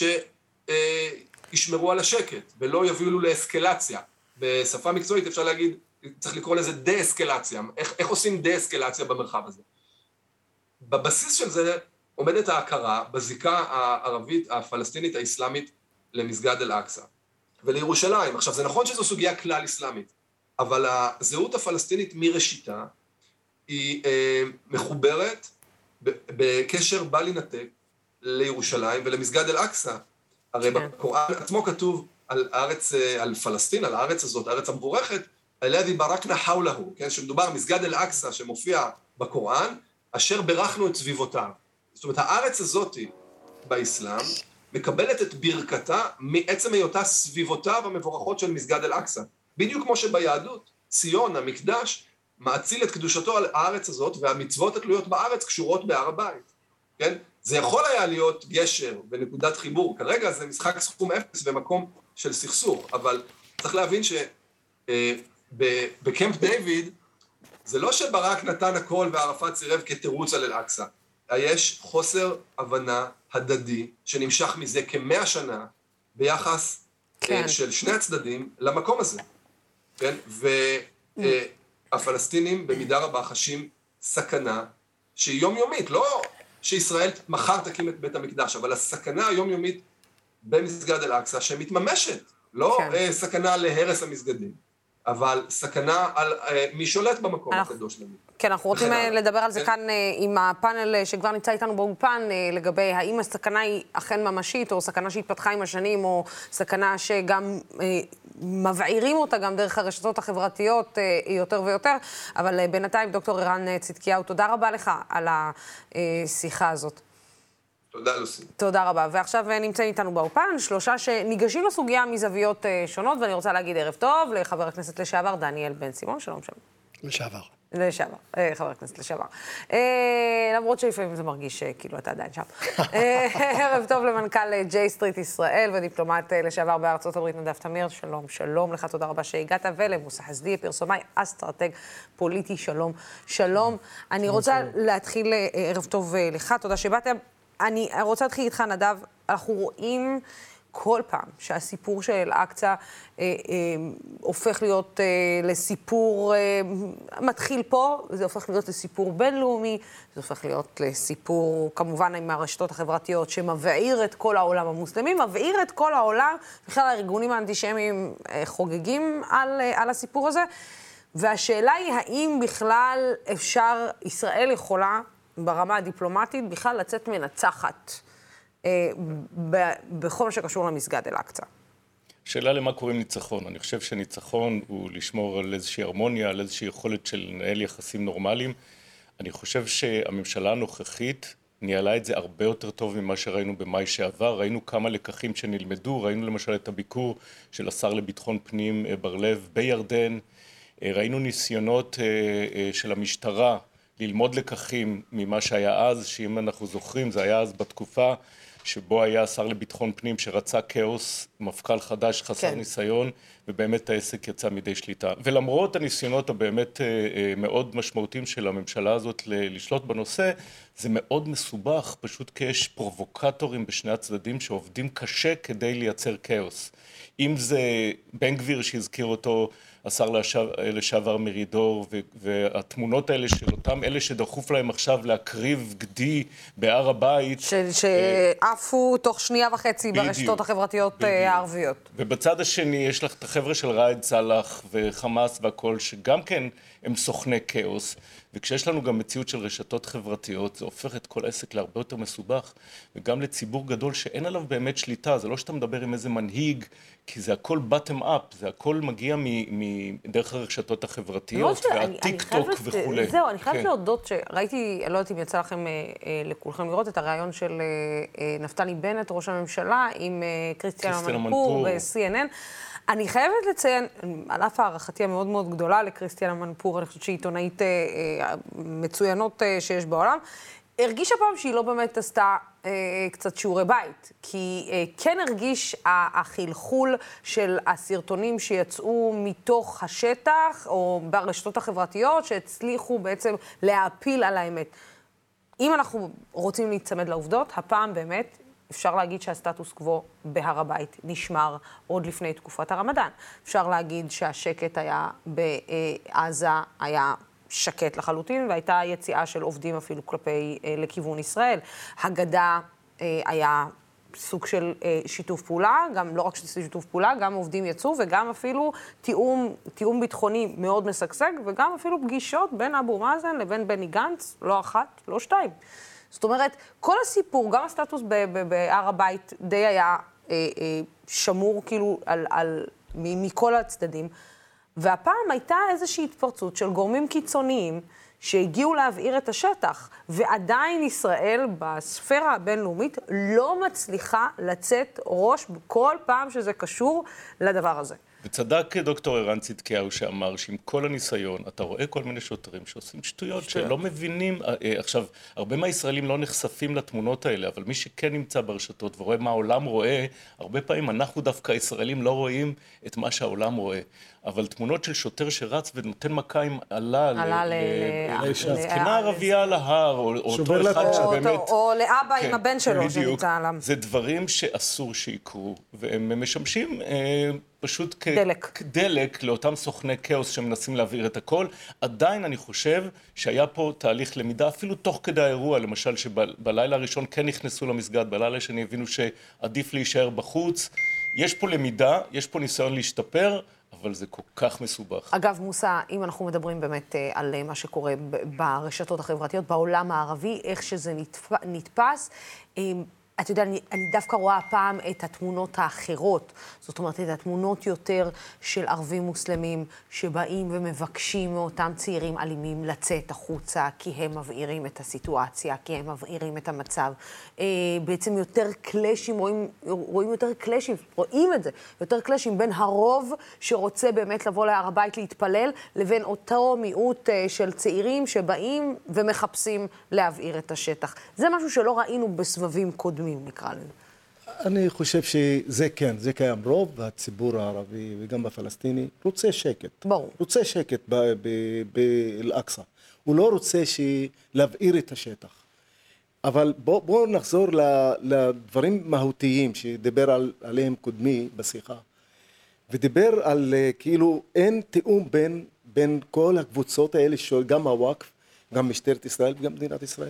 שישמרו על השקט, ולא יובילו לאסקלציה. בשפה מקצועית אפשר להגיד, צריך לקרוא לזה דה-אסקלציה. איך עושים דה-אסקלציה במרחב הזה? בבסיס של זה עומדת ההכרה בזיקה הערבית, הפלסטינית, האסלאמית, למסגד אל-אקצא ולירושלים. עכשיו, זה נכון שזו סוגיה כלל אסלאמית, אבל הזהות הפלסטינית מראשיתה היא מחוברת בקשר בל יינתק לירושלים ולמסגד אל-אקצא. הרי בקוראן עצמו כתוב על פלסטין, על הארץ הזאת, הארץ המבורכת, אלהי ברקנה חאולהו, כן, שמדובר מסגד אל-אקצא שמופיע בקוראן, אשר ברכנו את סביבותיו. זאת אומרת, הארץ הזאת באסלאם מקבלת את ברכתה מעצם היותה סביבותיו המבורכות של מסגד אל-אקצא. בדיוק כמו שביהדות, ציון, המקדש, מאציל את קדושתו על הארץ הזאת, והמצוות התלויות בארץ קשורות בהר הבית. כן? זה יכול היה להיות גשר ונקודת חיבור. כרגע זה משחק סכום אפס במקום של סכסוך, אבל צריך להבין שבקמפ דיוויד, זה לא שברק נתן הכל וערפאת סירב כתירוץ על אל-אקצא. יש חוסר הבנה הדדי שנמשך מזה כ100 שנה ביחס של שני הצדדים למקום הזה. כן? והפלסטינים במידה רבה חשים סכנה שהיא יומיומית, לא שישראל מחר תקים את בית המקדש, אבל הסכנה היומיומית במסגד אל-אקצא שמתממשת, לא סכנה להרס המסגדים. אבל סכנה על מי שולט במקום הקדוש לנו. כן, אנחנו רוצים לדבר על זה כאן עם הפאנל שכבר נמצא איתנו באולפן, לגבי האם הסכנה היא אכן ממשית, או סכנה שהתפתחה עם השנים, או סכנה שגם מבעירים אותה גם דרך הרשתות החברתיות יותר ויותר. אבל בינתיים, דוקטור ערן צדקיהו, תודה רבה לך על השיחה הזאת. תודה, לוסי. תודה רבה. ועכשיו נמצאים איתנו באולפן, שלושה שניגשים לסוגיה מזוויות שונות, ואני רוצה להגיד ערב טוב לחבר הכנסת לשעבר דניאל בן סימון. שלום, שלום. לשעבר, חבר הכנסת לשעבר. למרות שלפעמים זה מרגיש כאילו אתה עדיין שם. ערב טוב למנכ"ל ג'יי סטריט ישראל ודיפלומט לשעבר בארצות הברית נדב תמיר. שלום, שלום לך, תודה רבה שהגעת, ולמוסא חסדי, פרסומאי, אסטרטג פוליטי, שלום, שלום. אני רוצה להתחיל, ערב טוב לך, תודה שבאתם. אני רוצה להתחיל איתך, נדב. אנחנו רואים כל פעם שהסיפור של אל-אקצה הופך להיות לסיפור, מתחיל פה, זה הופך להיות לסיפור בינלאומי, זה הופך להיות לסיפור כמובן עם הרשתות החברתיות שמבעיר את כל העולם המוסלמי, מבעיר את כל העולם, בכלל הארגונים האנטישמיים חוגגים על הסיפור הזה, והשאלה היא האם בכלל אפשר, ישראל יכולה ברמה הדיפלומטית בכלל לצאת מנצחת בכל מה שקשור למסגד אל-אקצה. שאלה למה קוראים ניצחון. אני חושב שניצחון הוא לשמור על איזושהי הרמוניה, על איזושהי יכולת של לנהל יחסים נורמליים. אני חושב שהממשלה הנוכחית ניהלה את זה הרבה יותר טוב ממה שראינו במאי שעבר. ראינו כמה לקחים שנלמדו, ראינו למשל את הביקור של השר לביטחון פנים בר לב בירדן, ראינו ניסיונות של המשטרה ללמוד לקחים ממה שהיה אז, שאם אנחנו זוכרים, זה היה אז בתקופה שבו היה שר לביטחון פנים שרצה כאוס, מפכ"ל חדש חסר ניסיון, ובאמת העסק יצא מידי שליטה. ולמרות הניסיונות הבאמת מאוד משמעותיים של הממשלה הזאת לשלוט בנושא, זה מאוד מסובך, פשוט כי יש פרובוקטורים בשני הצדדים שעובדים קשה כדי לייצר כאוס. אם זה בן גביר שהזכיר אותו השר לשעבר מרידור, והתמונות האלה של אותם אלה שדחוף להם עכשיו להקריב גדי בהר הבית. שעפו תוך שנייה וחצי ברשתות החברתיות הערביות. ובצד השני יש לך את החבר'ה של ראאד סלאח וחמאס והכל, שגם כן הם סוכני כאוס. וכשיש לנו גם מציאות של רשתות חברתיות, זה הופך את כל העסק להרבה יותר מסובך, וגם לציבור גדול שאין עליו באמת שליטה. זה לא שאתה מדבר עם איזה מנהיג, כי זה הכל bottom up, זה הכל מגיע מדרך הרשתות החברתיות, והטיק טוק וכו'. זהו, אני חייבת להודות שראיתי, אני לא יודעת אם יצא לכם לכולכם לראות את הרעיון של נפתלי בנט, ראש הממשלה, עם קריסטיאן מנפור ב-CNN. אני חייבת לציין, על אף הערכתי המאוד מאוד גדולה לקריסטיאן מנפור, אני חושבת שהיא עיתונאית מצוינות שיש בעולם, הרגישה פעם שהיא לא באמת עשתה קצת שיעורי בית, כי כן הרגיש החלחול של הסרטונים שיצאו מתוך השטח, או ברשתות החברתיות, שהצליחו בעצם להפיל על האמת. אם אנחנו רוצים להצמד לעובדות, הפעם באמת אפשר להגיד שהסטטוס קוו בהר הבית נשמר עוד לפני תקופת הרמדאן. אפשר להגיד שהשקט היה בעזה, היה שקט לחלוטין, והייתה יציאה של עובדים אפילו לכיוון ישראל. הגדה היה סוג של שיתוף פעולה, גם לא רק שיתוף פעולה, גם עובדים יצאו, וגם אפילו תיאום ביטחוני מאוד משגשג, וגם אפילו פגישות בין אבו מאזן לבין בני גנץ, לא אחת, לא שתיים. זאת אומרת, כל הסיפור, גם הסטטוס בהר הבית די היה שמור כאילו מכל הצדדים, והפעם הייתה איזושהי התפרצות של גורמים קיצוניים שהגיעו להבעיר את השטח, ועדיין ישראל בספירה הבינלאומית לא מצליחה לצאת ראש כל פעם שזה קשור לדבר הזה. וצדק דוקטור ערן צדקיהו שאמר שעם כל הניסיון, אתה רואה כל מיני שוטרים שעושים שטויות שלא מבינים. עכשיו, הרבה מהישראלים לא נחשפים לתמונות האלה, אבל מי שכן נמצא ברשתות ורואה מה העולם רואה, הרבה פעמים אנחנו דווקא הישראלים לא רואים את מה שהעולם רואה. אבל תמונות של שוטר שרץ ונותן מכה עם עלה לזקנה ערבייה על ההר, או אותו אחד שבאמת... או לאבא עם הבן שלו שנמצא עליו. זה דברים שאסור שיקרו, והם משמשים פשוט כדלק לאותם סוכני כאוס שמנסים להעביר את הכל. עדיין אני חושב שהיה פה תהליך למידה, אפילו תוך כדי האירוע, למשל שבלילה הראשון כן נכנסו למסגד, בלילה שני הבינו שעדיף להישאר בחוץ. יש פה למידה, יש פה ניסיון להשתפר, אבל זה כל כך מסובך. אגב, מוסא, אם אנחנו מדברים באמת על מה שקורה ברשתות החברתיות, בעולם הערבי, איך שזה נתפס, אתה יודע, אני דווקא רואה הפעם את התמונות האחרות, זאת אומרת, את התמונות יותר של ערבים מוסלמים שבאים ומבקשים מאותם צעירים אלימים לצאת החוצה, כי הם מבעירים את הסיטואציה, כי הם מבעירים את המצב. בעצם יותר קלאשים, רואים יותר קלאשים, רואים את זה, יותר קלאשים בין הרוב שרוצה באמת לבוא להר הבית להתפלל, לבין אותו מיעוט של צעירים שבאים ומחפשים להבעיר את השטח. זה משהו שלא ראינו בסבבים קודמים. נקרא לזה. אני חושב שזה כן, זה קיים. רוב הציבור הערבי וגם בפלסטיני רוצה שקט. ברור. רוצה שקט באל-אקצא. הוא לא רוצה להבעיר את השטח. אבל בואו נחזור לדברים מהותיים שדיבר עליהם קודמי בשיחה. ודיבר על כאילו אין תיאום בין כל הקבוצות האלה, גם הוואקף, גם משטרת ישראל וגם מדינת ישראל.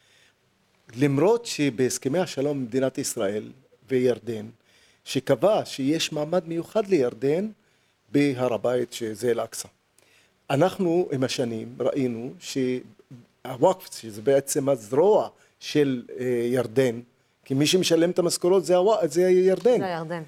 למרות שבהסכמי השלום במדינת ישראל וירדן, שקבע שיש מעמד מיוחד לירדן בהר הבית שזה אל-אקצא. אנחנו עם השנים ראינו שהוואקף, שזה בעצם הזרוע של ירדן, כי מי שמשלם את המשכורות זה ירדן. זה ירדן.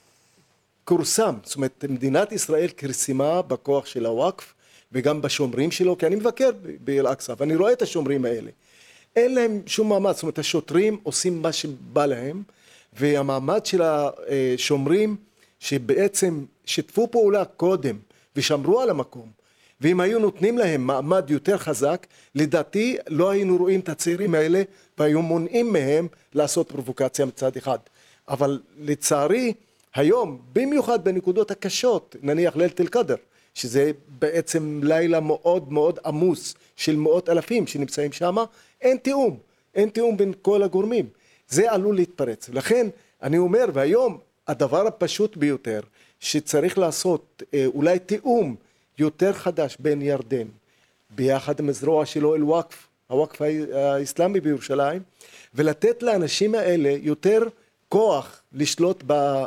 קורסם, זאת אומרת מדינת ישראל כרסימה בכוח של הוואקף וגם בשומרים שלו, כי אני מבקר באל-אקצא ואני רואה את השומרים האלה. אין להם שום מעמד, זאת אומרת השוטרים עושים מה שבא להם, והמעמד של השומרים שבעצם שיתפו פעולה קודם ושמרו על המקום, ואם היו נותנים להם מעמד יותר חזק, לדעתי לא היינו רואים את הצעירים האלה והיו מונעים מהם לעשות פרובוקציה מצד אחד. אבל לצערי היום, במיוחד בנקודות הקשות, נניח ליל תל קדר, שזה בעצם לילה מאוד מאוד עמוס של מאות אלפים שנמצאים שם, אין תיאום בין כל הגורמים. זה עלול להתפרץ. לכן אני אומר, והיום הדבר הפשוט ביותר שצריך לעשות אולי תיאום יותר חדש בין ירדן, ביחד עם הזרוע שלו אל-וואקף, הוואקף האסלאמי בירושלים, ולתת לאנשים האלה יותר כוח לשלוט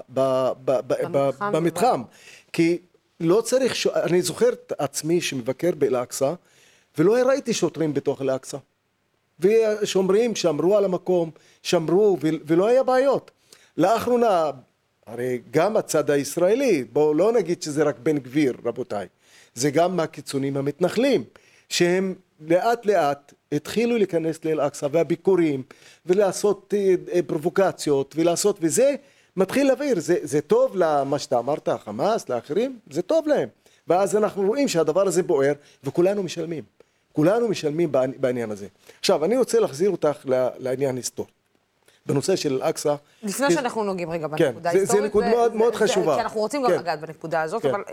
במתחם. כי לא צריך, אני זוכר את עצמי שמבקר באל-אקצא, ולא ראיתי שוטרים בתוך אל-אקצא. ושומרים שמרו על המקום, שמרו, ולא היה בעיות. לאחרונה, הרי גם הצד הישראלי, בואו לא נגיד שזה רק בן גביר, רבותיי, זה גם מהקיצונים המתנחלים, שהם לאט לאט התחילו להיכנס לאל-אקצא, והביקורים, ולעשות פרובוקציות, וזה מתחיל להבהיר, זה טוב למה שאתה אמרת, חמאס, לאחרים, זה טוב להם. ואז אנחנו רואים שהדבר הזה בוער, וכולנו משלמים. כולנו משלמים בעניין הזה. עכשיו, אני רוצה להחזיר אותך לעניין היסטורי. בנושא של אל-אקצא. לפני שאנחנו נוגעים רגע בנקודה ההיסטורית. זה נקודה מאוד מאוד חשובה. כי אנחנו רוצים גם לגעת בנקודה הזאת, אבל...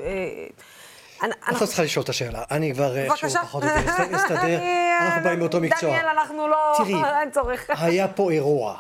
את צריכה לשאול את השאלה. אני כבר פחות או יותר אסתדר. אנחנו באים מאותו מקצוע. דניאל, אנחנו לא... תראי, היה פה אירוע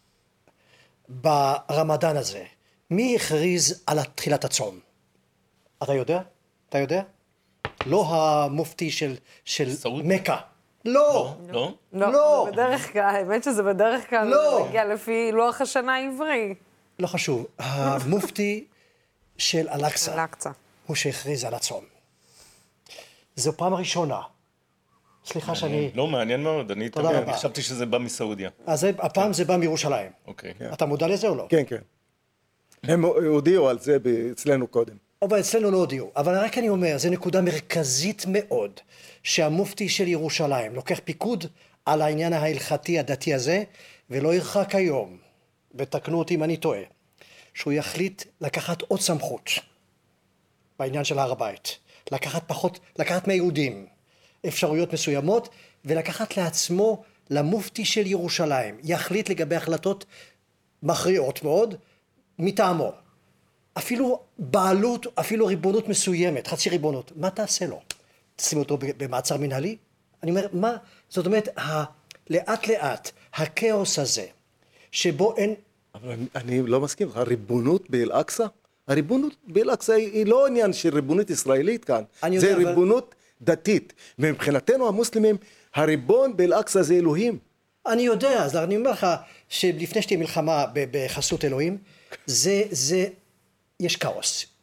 ברמדאן הזה. מי הכריז על תחילת הצום? אתה יודע? אתה יודע? לא המופתי של מקה. לא. לא? לא. בדרך כלל, האמת שזה בדרך כלל לא. מגיע לפי לוח השנה העברי. לא חשוב. המופתי של אל-אקצא הוא שהכריז על הצום. זו פעם ראשונה. סליחה שאני... לא, מעניין מאוד. אני חשבתי שזה בא מסעודיה. אז הפעם זה בא מירושלים. אוקיי. אתה מודע לזה או לא? כן, כן. הם הודיעו על זה אצלנו קודם. אבל אצלנו לא הודיעו. אבל רק אני אומר, זו נקודה מרכזית מאוד, שהמופתי של ירושלים לוקח פיקוד על העניין ההלכתי הדתי הזה, ולא ירחק היום, ותקנו אותי אם אני טועה, שהוא יחליט לקחת עוד סמכות בעניין של הר הבית. לקחת מהיהודים אפשרויות מסוימות, ולקחת לעצמו למופתי של ירושלים. יחליט לגבי החלטות מכריעות מאוד מטעמו. אפילו בעלות, אפילו ריבונות מסוימת, חצי ריבונות. מה תעשה לו? תשים אותו במעצר מנהלי? אני אומר, מה? זאת אומרת, לאט לאט, הכאוס הזה, שבו אין... אבל אני לא מסכים, הריבונות באל-אקצא? הריבונות באל-אקצא היא לא עניין של ריבונות ישראלית כאן, זה ריבונות דתית. ומבחינתנו המוסלמים, הריבון באל-אקצא זה אלוהים. אני יודע, אז אני אומר לך, שלפני שתהיה מלחמה בחסות אלוהים, יש כאוס.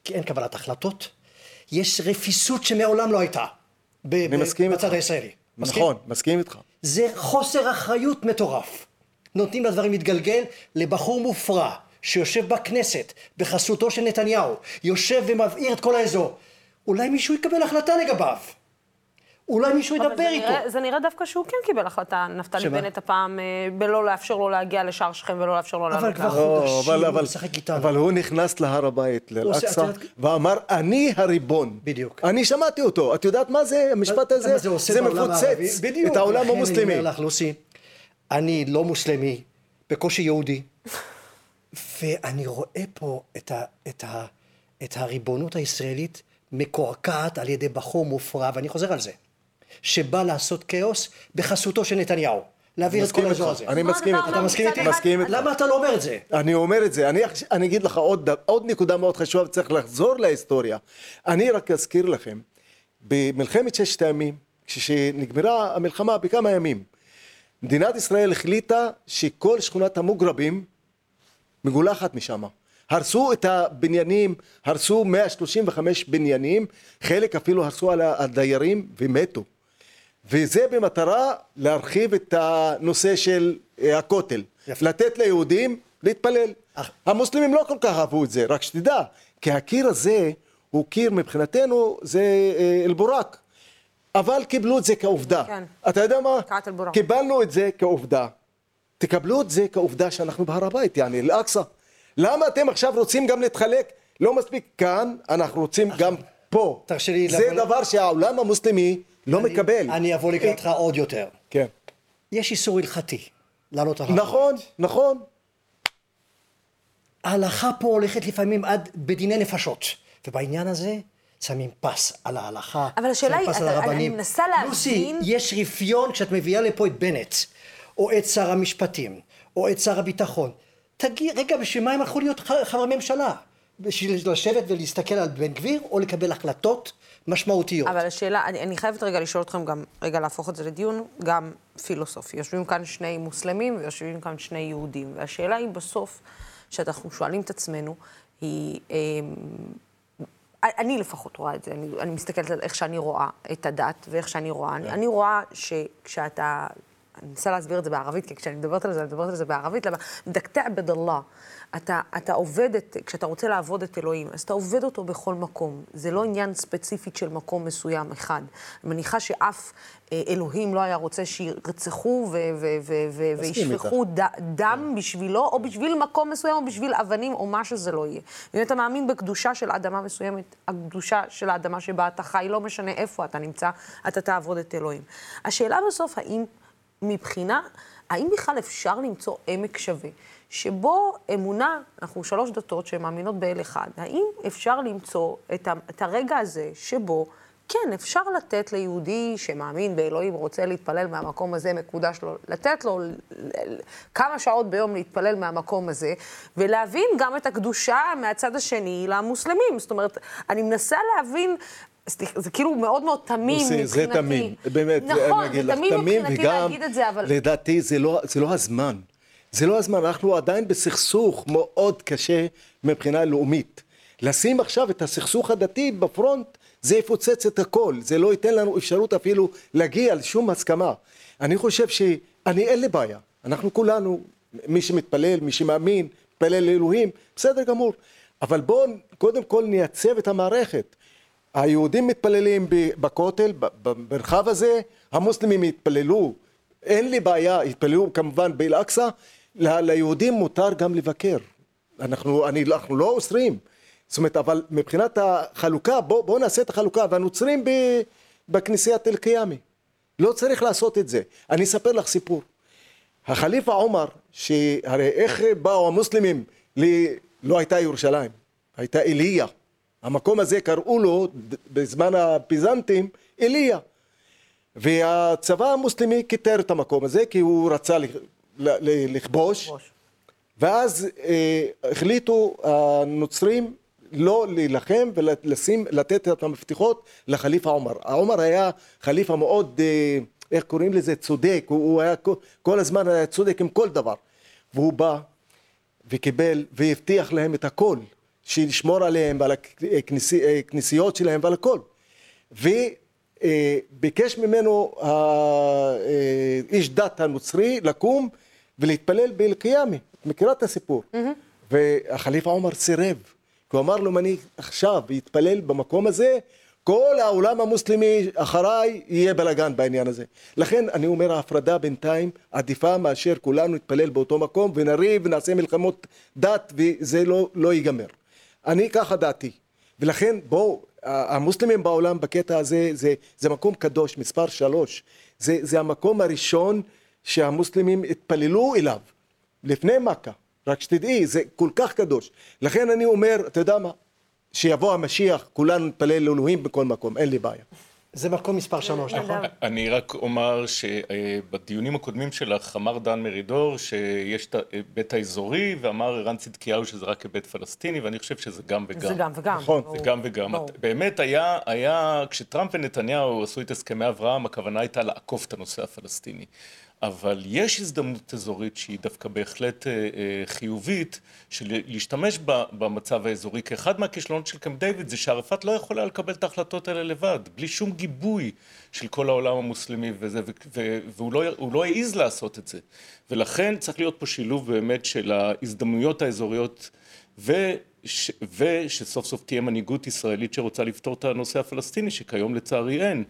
כי אין קבלת החלטות, יש רפיסות שמעולם לא הייתה בצד הישראלי. נכון, מסכים איתך. זה חוסר אחריות מטורף. נותנים לדברים להתגלגל לבחור מופרע שיושב בכנסת בחסותו של נתניהו, יושב ומבעיר את כל האזור. אולי מישהו יקבל החלטה לגביו. אולי מישהו ידבר איתו. זה נראה דווקא שהוא כן קיבל החלטה, נפתלי בנט הפעם, בלא לאפשר לו להגיע לשער שכם ולא לאפשר לו לעלות. אבל כבר חודשים הוא משחק איתנו. אבל הוא נכנס להר הבית, לאל-אקצא, ואמר, אני הריבון. בדיוק. אני שמעתי אותו. את יודעת מה זה? המשפט הזה? זה מפוצץ את העולם המוסלמי. אני אומר לך, לוסי, אני לא מוסלמי, בקושי יהודי, ואני רואה פה את הריבונות הישראלית מקורקעת על ידי בחור מופרע, ואני חוזר על זה, שבא לעשות כאוס בחסותו של נתניהו, להעביר את כל האזור הזה. אני מסכים איתך. אתה מסכים איתי? מסכים איתך. למה אתה לא אומר את זה? אני אומר את זה. אני אגיד לך עוד נקודה מאוד חשובה, צריך לחזור להיסטוריה. אני רק אזכיר לכם, במלחמת ששת הימים, כשנגמרה המלחמה בכמה ימים, מדינת ישראל החליטה שכל שכונת המוגרבים מגולחת משם. הרסו את הבניינים, הרסו 135 בניינים, חלק אפילו הרסו על הדיירים ומתו. וזה במטרה להרחיב את הנושא של הכותל. לתת ליהודים להתפלל. המוסלמים לא כל כך אהבו את זה, רק שתדע, כי הקיר הזה הוא קיר מבחינתנו, זה אל-בורק. אבל קיבלו את זה כעובדה. כן. אתה יודע מה? אל-בורק. קיבלנו את זה כעובדה. תקבלו את זה כעובדה שאנחנו בהר הבית, יעני, אל-אקצא. למה אתם עכשיו רוצים גם להתחלק? לא מספיק כאן, אנחנו רוצים גם פה. זה דבר שהעולם המוסלמי לא מקבל. אני אבוא לקראתך עוד יותר. כן. יש איסור הלכתי לעלות על הר הבית. נכון, נכון. ההלכה פה הולכת לפעמים עד בדיני נפשות, ובעניין הזה שמים פס על ההלכה. אבל השאלה היא, אני מנסה להבין... לוסי, יש רפיון כשאת מביאה לפה את בנט, או את שר המשפטים, או את שר הביטחון. תגיד, רגע, בשביל מה הם הלכו להיות חברי ממשלה? בשביל לשבת ולהסתכל על בן גביר, או לקבל החלטות משמעותיות? אבל השאלה, אני חייבת רגע לשאול אתכם גם, רגע להפוך את זה לדיון, גם פילוסופי. יושבים כאן שני מוסלמים, ויושבים כאן שני יהודים. והשאלה היא בסוף, שאנחנו שואלים את עצמנו, היא... אני לפחות רואה את זה, אני מסתכלת על איך שאני רואה את הדת, ואיך שאני רואה. אני רואה שכשאתה... אני מנסה להסביר את זה בערבית, כי כשאני מדברת על זה בערבית, למה דקתע בדללה. אתה עובד כשאתה רוצה לעבוד את אלוהים, אז אתה עובד אותו בכל מקום. זה לא עניין ספציפית של מקום מסוים אחד. אני מניחה שאף אלוהים לא היה רוצה שירצחו וישפכו דם בשבילו, או בשביל מקום מסוים, או בשביל אבנים, או מה שזה לא יהיה. אם אתה מאמין בקדושה של האדמה מסוימת, הקדושה של האדמה שבה אתה חי, לא משנה איפה אתה נמצא, אתה תעבוד את אלוהים. השאלה בסוף, האם בכלל אפשר למצוא עמק שווה, שבו אמונה, אנחנו 3 דתות שמאמינות באל אחד, האם אפשר למצוא את הרגע הזה שבו, כן, אפשר לתת ליהודי שמאמין באלוהים, רוצה להתפלל מהמקום הזה, מקודש לו, לתת לו כמה שעות ביום להתפלל מהמקום הזה, ולהבין גם את הקדושה מהצד השני למוסלמים. זאת אומרת, אני מנסה להבין... זה כאילו מאוד מאוד תמים מבחינתי. זה תמים, באמת, נכון, אני אגיד זה לך, תמים תמים, מבחינתי וגם להגיד את זה, אבל... לדעתי זה לא הזמן. זה לא הזמן, אנחנו עדיין בסכסוך מאוד קשה מבחינה לאומית. לשים עכשיו את הסכסוך הדתי בפרונט, זה יפוצץ את הכל, זה לא ייתן לנו אפשרות אפילו להגיע לשום הסכמה. אני חושב אין לי בעיה, אנחנו כולנו, מי שמתפלל, מי שמאמין, מתפלל לאלוהים, בסדר גמור. אבל בואו קודם כל נייצב את המערכת. היהודים מתפללים בכותל, במרחב הזה, המוסלמים יתפללו, אין לי בעיה, יתפללו כמובן באל-אקצא, ליהודים מותר גם לבקר, אנחנו לא אוסרים, זאת אומרת, אבל מבחינת החלוקה, בואו נעשה את החלוקה, והנוצרים בכנסיית אל-קיאמי, לא צריך לעשות את זה. אני אספר לך סיפור, החליפה עומר, שהרי איך באו המוסלמים, לא הייתה ירושלים, הייתה איליה, המקום הזה קראו לו בזמן הביזנטים איליה, והצבא המוסלמי כיתר את המקום הזה כי הוא רצה לכבוש, ואז החליטו הנוצרים לא להילחם ולתת את המפתחות לחליפה עומר. עומר היה חליפה מאוד, איך קוראים לזה, צודק, הוא היה כל הזמן היה צודק עם כל דבר, והוא בא וקיבל והבטיח להם את הכל, שישמור עליהם ועל הכנסיות שלהם ועל הכל. וביקש ממנו האיש דת הנוצרי לקום ולהתפלל באל-קיאמה. את מכירה את הסיפור? והחליפה עומר סירב, כי הוא אמר לו, אני עכשיו יתפלל במקום הזה, כל העולם המוסלמי אחריי יהיה בלגן בעניין הזה. לכן אני אומר, ההפרדה בינתיים עדיפה מאשר כולנו נתפלל באותו מקום ונריב ונעשה מלחמות דת וזה לא ייגמר. אני ככה דעתי. ולכן בואו, המוסלמים בעולם בקטע הזה זה מקום קדוש, מספר 3. זה המקום הראשון שהמוסלמים התפללו אליו לפני מכה. רק שתדעי, זה כל כך קדוש. לכן אני אומר, אתה יודע מה? שיבוא המשיח, כולנו נתפלל לאלוהים בכל מקום, אין לי בעיה. זה מקום מספר 3, נכון? אני רק אומר שבדיונים הקודמים שלך אמר דן מרידור שיש את ההיבט האזורי, ואמר ערן צדקיהו שזה רק היבט פלסטיני, ואני חושב שזה גם וגם. זה גם וגם. נכון. זה גם וגם. באמת היה, כשטראמפ ונתניהו עשו את הסכמי אברהם, הכוונה הייתה לעקוף את הנושא הפלסטיני. אבל יש הזדמנות אזורית שהיא דווקא בהחלט חיובית, של להשתמש במצב האזורי, כי אחד מהכישלונות של קמפ דיוויד זה שערפאת לא יכול היה לקבל את ההחלטות האלה לבד, בלי שום גיבוי של כל העולם המוסלמי וזה, והוא לא העז לעשות את זה. ולכן צריך להיות פה שילוב באמת של ההזדמנויות האזוריות, ושסוף סוף תהיה מנהיגות ישראלית שרוצה לפתור את הנושא הפלסטיני, שכיום לצערי אין.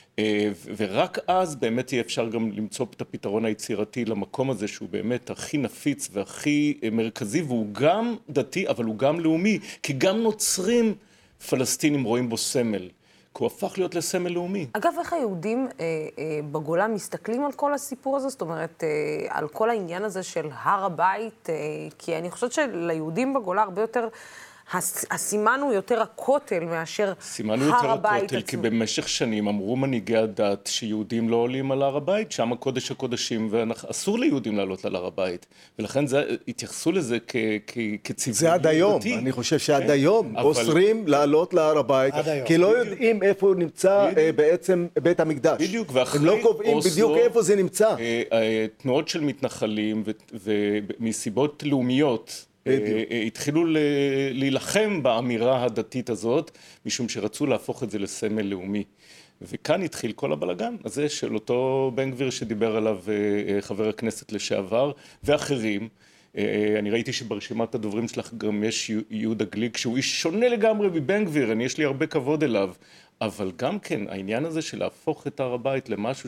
ורק אז באמת יהיה אפשר גם למצוא את הפתרון היצירתי למקום הזה שהוא באמת הכי נפיץ והכי מרכזי, והוא גם דתי אבל הוא גם לאומי, כי גם נוצרים פלסטינים רואים בו סמל, כי הוא הפך להיות לסמל לאומי. אגב, איך היהודים בגולה מסתכלים על כל הסיפור הזה? זאת אומרת, על כל העניין הזה של הר הבית, כי אני חושבת שליהודים בגולה הרבה יותר הסימן הוא יותר הכותל מאשר הר הבית עצמו. סימן הוא יותר הכותל, כי במשך שנים אמרו מנהיגי הדת שיהודים לא עולים על הר הבית, שם הקודש הקודשים, ואסור ליהודים לעלות על הר הבית. ולכן התייחסו לזה כציווי. זה עד היום, אני חושב שעד היום אוסרים לעלות להר הבית, כי לא יודעים איפה נמצא בעצם בית המקדש. בדיוק, ואחרי הם לא קובעים בדיוק איפה זה נמצא. תנועות של מתנחלים ומסיבות לאומיות, התחילו להילחם באמירה הדתית הזאת, משום שרצו להפוך את זה לסמל לאומי. וכאן התחיל כל הבלגן הזה של אותו בן גביר שדיבר עליו חבר הכנסת לשעבר, ואחרים. אני ראיתי שברשימת הדוברים שלך גם יש יהודה גליק, שהוא איש שונה לגמרי מבן גביר, יש לי הרבה כבוד אליו. אבל גם כן, העניין הזה של להפוך את הר הבית למשהו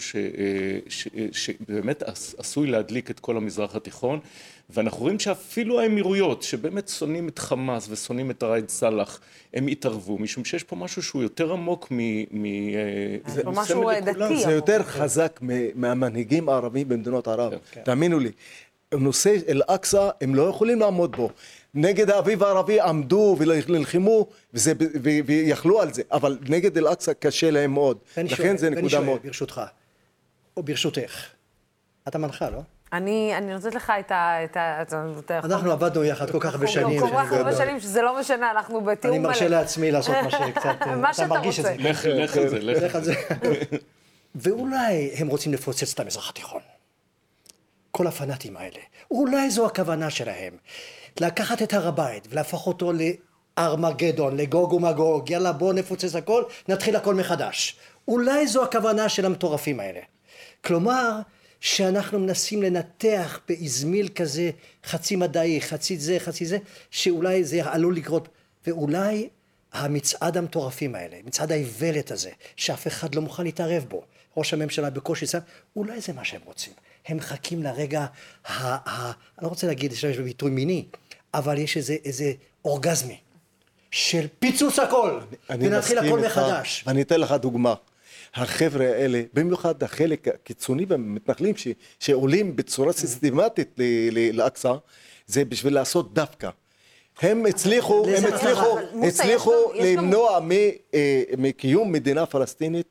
שבאמת עשוי להדליק את כל המזרח התיכון, ואנחנו רואים שאפילו האמירויות, שבאמת שונאים את חמאס ושונאים את ראאד סלאח, הם התערבו, משום שיש פה משהו שהוא יותר עמוק זה משהו דתי. זה יותר חזק מהמנהיגים הערבים במדינות ערב. תאמינו לי, נושא אל-אקצא, הם לא יכולים לעמוד בו. נגד האביב הערבי עמדו ונלחמו ויכלו על זה, אבל נגד אל-אקצא קשה להם מאוד. לכן זה נקודה מאוד. ברשותך, או ברשותך, אתה מנחה, לא? אני נותנת לך את ה... אנחנו עבדנו יחד כל כך הרבה שנים. כל כך הרבה שנים שזה לא משנה, אנחנו בתיאום מלא. אני מרשה לעצמי לעשות מה שקצת... מה שאתה רוצה. לך על זה. ואולי הם רוצים לפוצץ את המזרח התיכון. כל הפנאטים האלה. אולי זו הכוונה שלהם. לקחת את הר הבית ולהפוך אותו לארמגדון, לגוג ומגוג, יאללה בוא נפוצץ הכל, נתחיל הכל מחדש. אולי זו הכוונה של המטורפים האלה. כלומר, שאנחנו מנסים לנתח באזמיל כזה, חצי מדעי, חצי זה, שאולי זה עלול לקרות, ואולי המצעד המטורפים האלה, מצעד האיוולת הזה, שאף אחד לא מוכן להתערב בו, ראש הממשלה בקושי שם, אולי זה מה שהם רוצים. הם מחכים לרגע, אני לא רוצה להגיד, יש ביטוי מיני, אבל יש איזה אורגזמי של פיצוץ הכל, ונתחיל הכל מחדש. אני אתן לך דוגמה. החבר'ה האלה, במיוחד החלק הקיצוני במתנחלים שעולים בצורה סיסטמטית לאקצא, זה בשביל לעשות דווקא. הם הצליחו למנוע מקיום מדינה פלסטינית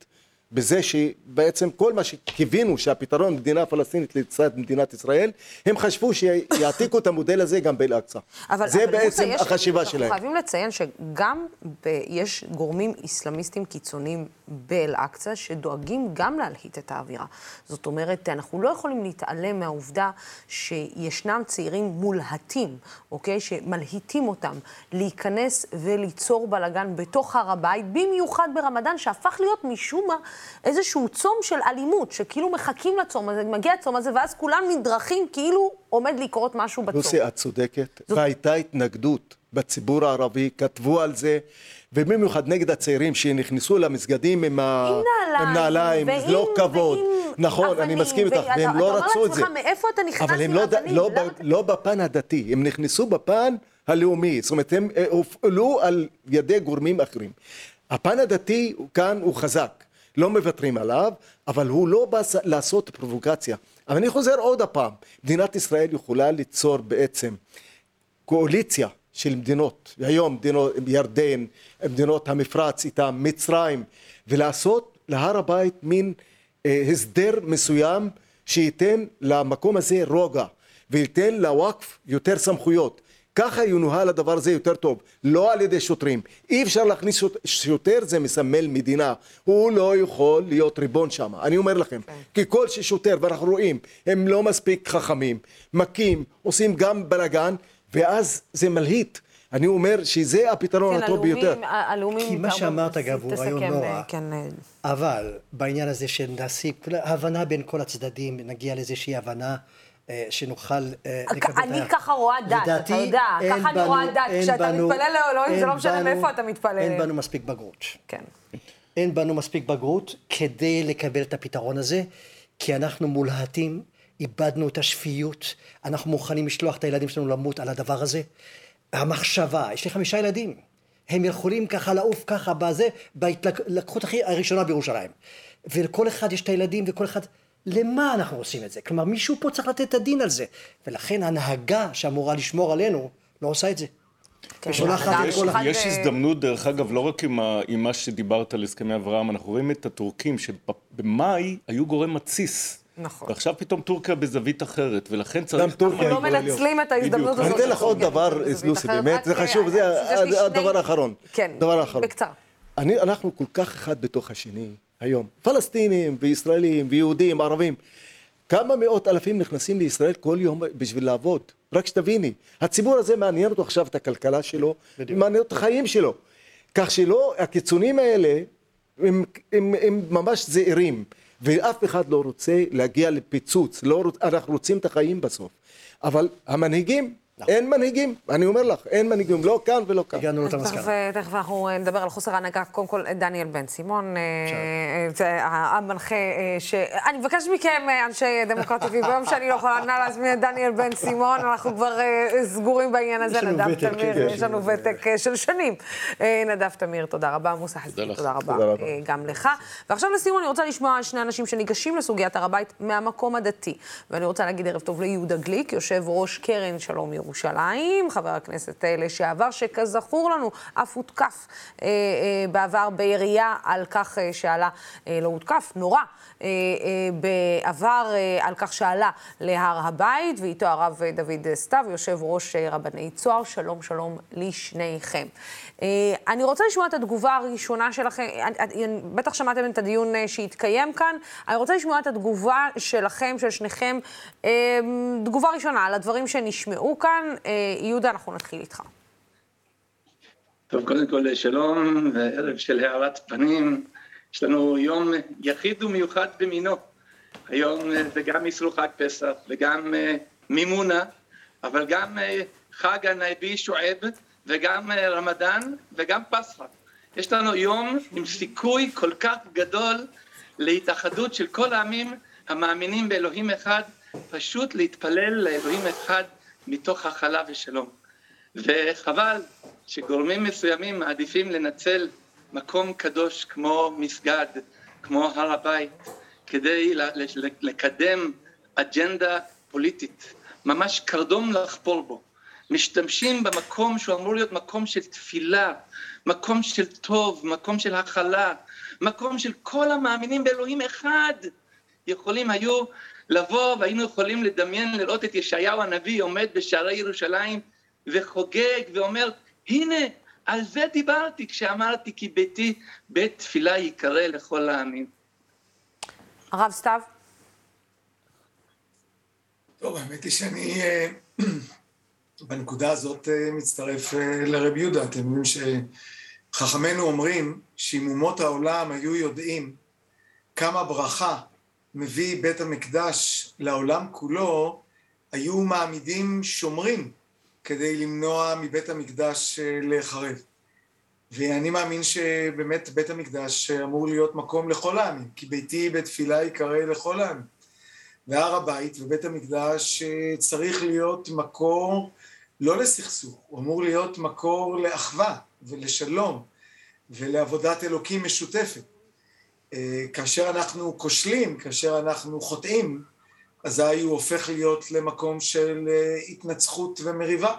בזה שבעצם כל מה שקיווינו שהפתרון מדינה פלסטינית לצד מדינת ישראל, הם חשבו שיעתיקו את המודל הזה גם באל-אקצא. זה בעצם החשיבה שלהם. אנחנו חייבים לציין שגם יש גורמים איסלאמיסטים קיצוניים באל-אקצא שדואגים גם להלהיט את האווירה. זאת אומרת, אנחנו לא יכולים להתעלם מהעובדה שישנם צעירים מולהטים, אוקיי? שמלהיטים אותם להיכנס וליצור בלגן בתוך הר הבית, במיוחד ברמדאן, שהפך להיות משום מה איזשהו צום של אלימות, שכאילו מחכים לצום הזה, מגיע הצום הזה, ואז כולם נדרכים כאילו עומד לקרות משהו בצום. לוסי, את צודקת, והייתה התנגדות בציבור הערבי, כתבו על זה, ובמיוחד נגד הצעירים שנכנסו למסגדים עם נעליים, זה לא כבוד. נכון, אני מסכים איתך, והם לא רצו את זה. מאיפה אתה נכנס אבל הם לא בפן הדתי, הם נכנסו בפן הלאומי, זאת אומרת, הם הופעלו על ידי גורמים אחרים. הפן הדתי כאן הוא חזק, לא מוותרים עליו, אבל הוא לא בא לעשות פרובוקציה. אבל אני חוזר עוד הפעם, מדינת ישראל יכולה ליצור בעצם קואליציה של מדינות, היום מדינות ירדן, מדינות המפרץ איתם, מצרים, ולעשות להר הבית מין הסדר מסוים שייתן למקום הזה רוגע, וייתן לוואקף יותר סמכויות. ככה ינוהל הדבר הזה יותר טוב, לא על ידי שוטרים. אי אפשר להכניס שוטר, זה מסמל מדינה. הוא לא יכול להיות ריבון שם. אני אומר לכם, כי כל ששוטר, ואנחנו רואים, הם לא מספיק חכמים, מכים, עושים גם בלגן, ואז זה מלהיט. אני אומר שזה הפתרון הטוב ביותר. כי מה שאמרת אגב הוא רעיון נורא, אבל בעניין הזה שנשיג הבנה בין כל הצדדים, נגיע לאיזושהי הבנה שנוכל לקבל... אני ככה רואה דת, אתה יודע, ככה אני רואה דת, כשאתה מתפלל לאלוהים, זה לא משנה מאיפה אתה מתפלל. אין בנו מספיק בגרות. כן. אין בנו מספיק בגרות כדי לקבל את הפתרון הזה, כי אנחנו מולהטים, איבדנו את השפיות, אנחנו מוכנים לשלוח את הילדים שלנו למות על הדבר הזה. המחשבה, יש לי 5 ילדים, הם יכולים ככה לעוף ככה בזה, בהתלקחות הכי הראשונה בירושלים. ולכל אחד יש את הילדים וכל אחד... למה אנחנו עושים את זה? כלומר, מישהו פה צריך לתת את הדין על זה. ולכן הנהגה שאמורה לשמור עלינו, לא עושה את זה. יש הזדמנות, דרך אגב, לא רק עם מה שדיברת על הסכמי אברהם, אנחנו רואים את הטורקים שבמאי היו גורם מתסיס. נכון. ועכשיו פתאום טורקיה בזווית אחרת, ולכן צריך... אנחנו לא מנצלים את ההזדמנות הזאת. אני אתן לך עוד דבר, לוסי, באמת, זה חשוב, זה הדבר האחרון. כן, בקצרה. אנחנו כל כך אחד בתוך השני היום. פלסטינים וישראלים ויהודים, ערבים. כמה מאות אלפים נכנסים לישראל כל יום בשביל לעבוד. רק שתביני, הציבור הזה מעניין אותו עכשיו את הכלכלה שלו, מעניין את החיים שלו. כך שלא, הקיצונים האלה הם ממש זעירים. ואף אחד לא רוצה להגיע לפיצוץ, אנחנו רוצים את החיים בסוף. אבל המנהיגים, אין מנהיגים, אני אומר לך, אין מנהיגים, לא כאן ולא כאן. הגענו לאותה מסקנה. תכף אנחנו נדבר על חוסר ההנהגה, קודם כל דניאל בן סימון, המנחה, אני מבקש מכם, אנשי דמוקרטיה, ביום שאני לא יכולה להזמין את דניאל בן סימון, אנחנו כבר סגורים בעניין הזה, נדב תמיר, יש לנו ותק של שנים. נדב תמיר, תודה רבה, מוסא חסקי, תודה רבה גם לך. ועכשיו לסיום אני רוצה לשמוע על 2 אנשים שניגשים לסוגיית הר הבית מהמקום הדתי, ואני רוצה להגיד ערב טוב ליהודה גליק, יושב ראש קרן שלום ירושלים, חבר הכנסת לשעבר, שכזכור לנו, אף הותקף בעבר בירייה על כך שעלה, לא הותקף, נורא, בעבר על כך שעלה להר הבית, ואיתו הרב דוד סתיו, יושב ראש רבני צוהר, שלום שלום לשניכם. אני רוצה לשמוע את התגובה הראשונה שלכם, בטח שמעתם את הדיון שהתקיים כאן, אני רוצה לשמוע את התגובה שלכם, של שניכם, תגובה ראשונה על הדברים שנשמעו כאן. יהודה, אנחנו נתחיל איתך. טוב, קודם כל שלום, וערב של הארת פנים. יש לנו יום יחיד ומיוחד במינו. היום זה גם יסרו חג פסח וגם מימונה, אבל גם חג הנביא שועב וגם רמדאן וגם פסחא. יש לנו יום עם סיכוי כל כך גדול להתאחדות של כל העמים המאמינים באלוהים אחד, פשוט להתפלל לאלוהים אחד מתוך הכלה ושלום. וחבל שגורמים מסוימים מעדיפים לנצל מקום קדוש כמו מסגד, כמו הר הבית, כדי לקדם אג'נדה פוליטית, ממש קרדום לחפור בו. משתמשים במקום שהוא אמור להיות מקום של תפילה, מקום של טוב, מקום של הכלה, מקום של כל המאמינים באלוהים אחד, יכולים היו לבוא, והיינו יכולים לדמיין לראות את ישעיהו הנביא עומד בשערי ירושלים וחוגג ואומר, הנה, על זה דיברתי כשאמרתי כי ביתי בית תפילה יקרא לכל העמים. הרב סתיו? טוב, האמת היא שאני בנקודה הזאת מצטרף לרב יהודה. אתם יודעים שחכמינו אומרים שאם אומות העולם היו יודעים כמה ברכה מביא בית המקדש לעולם כולו, היו מעמידים שומרים כדי למנוע מבית המקדש להיחרב. ואני מאמין שבאמת בית המקדש אמור להיות מקום לכל העמים, כי ביתי בית תפילה יקרא לכל העמים. והר הבית ובית המקדש צריך להיות מקור לא לסכסוך, הוא אמור להיות מקור לאחווה ולשלום ולעבודת אלוקים משותפת. כאשר אנחנו כושלים, כאשר אנחנו חוטאים, אזי הוא הופך להיות למקום של התנצחות ומריבה.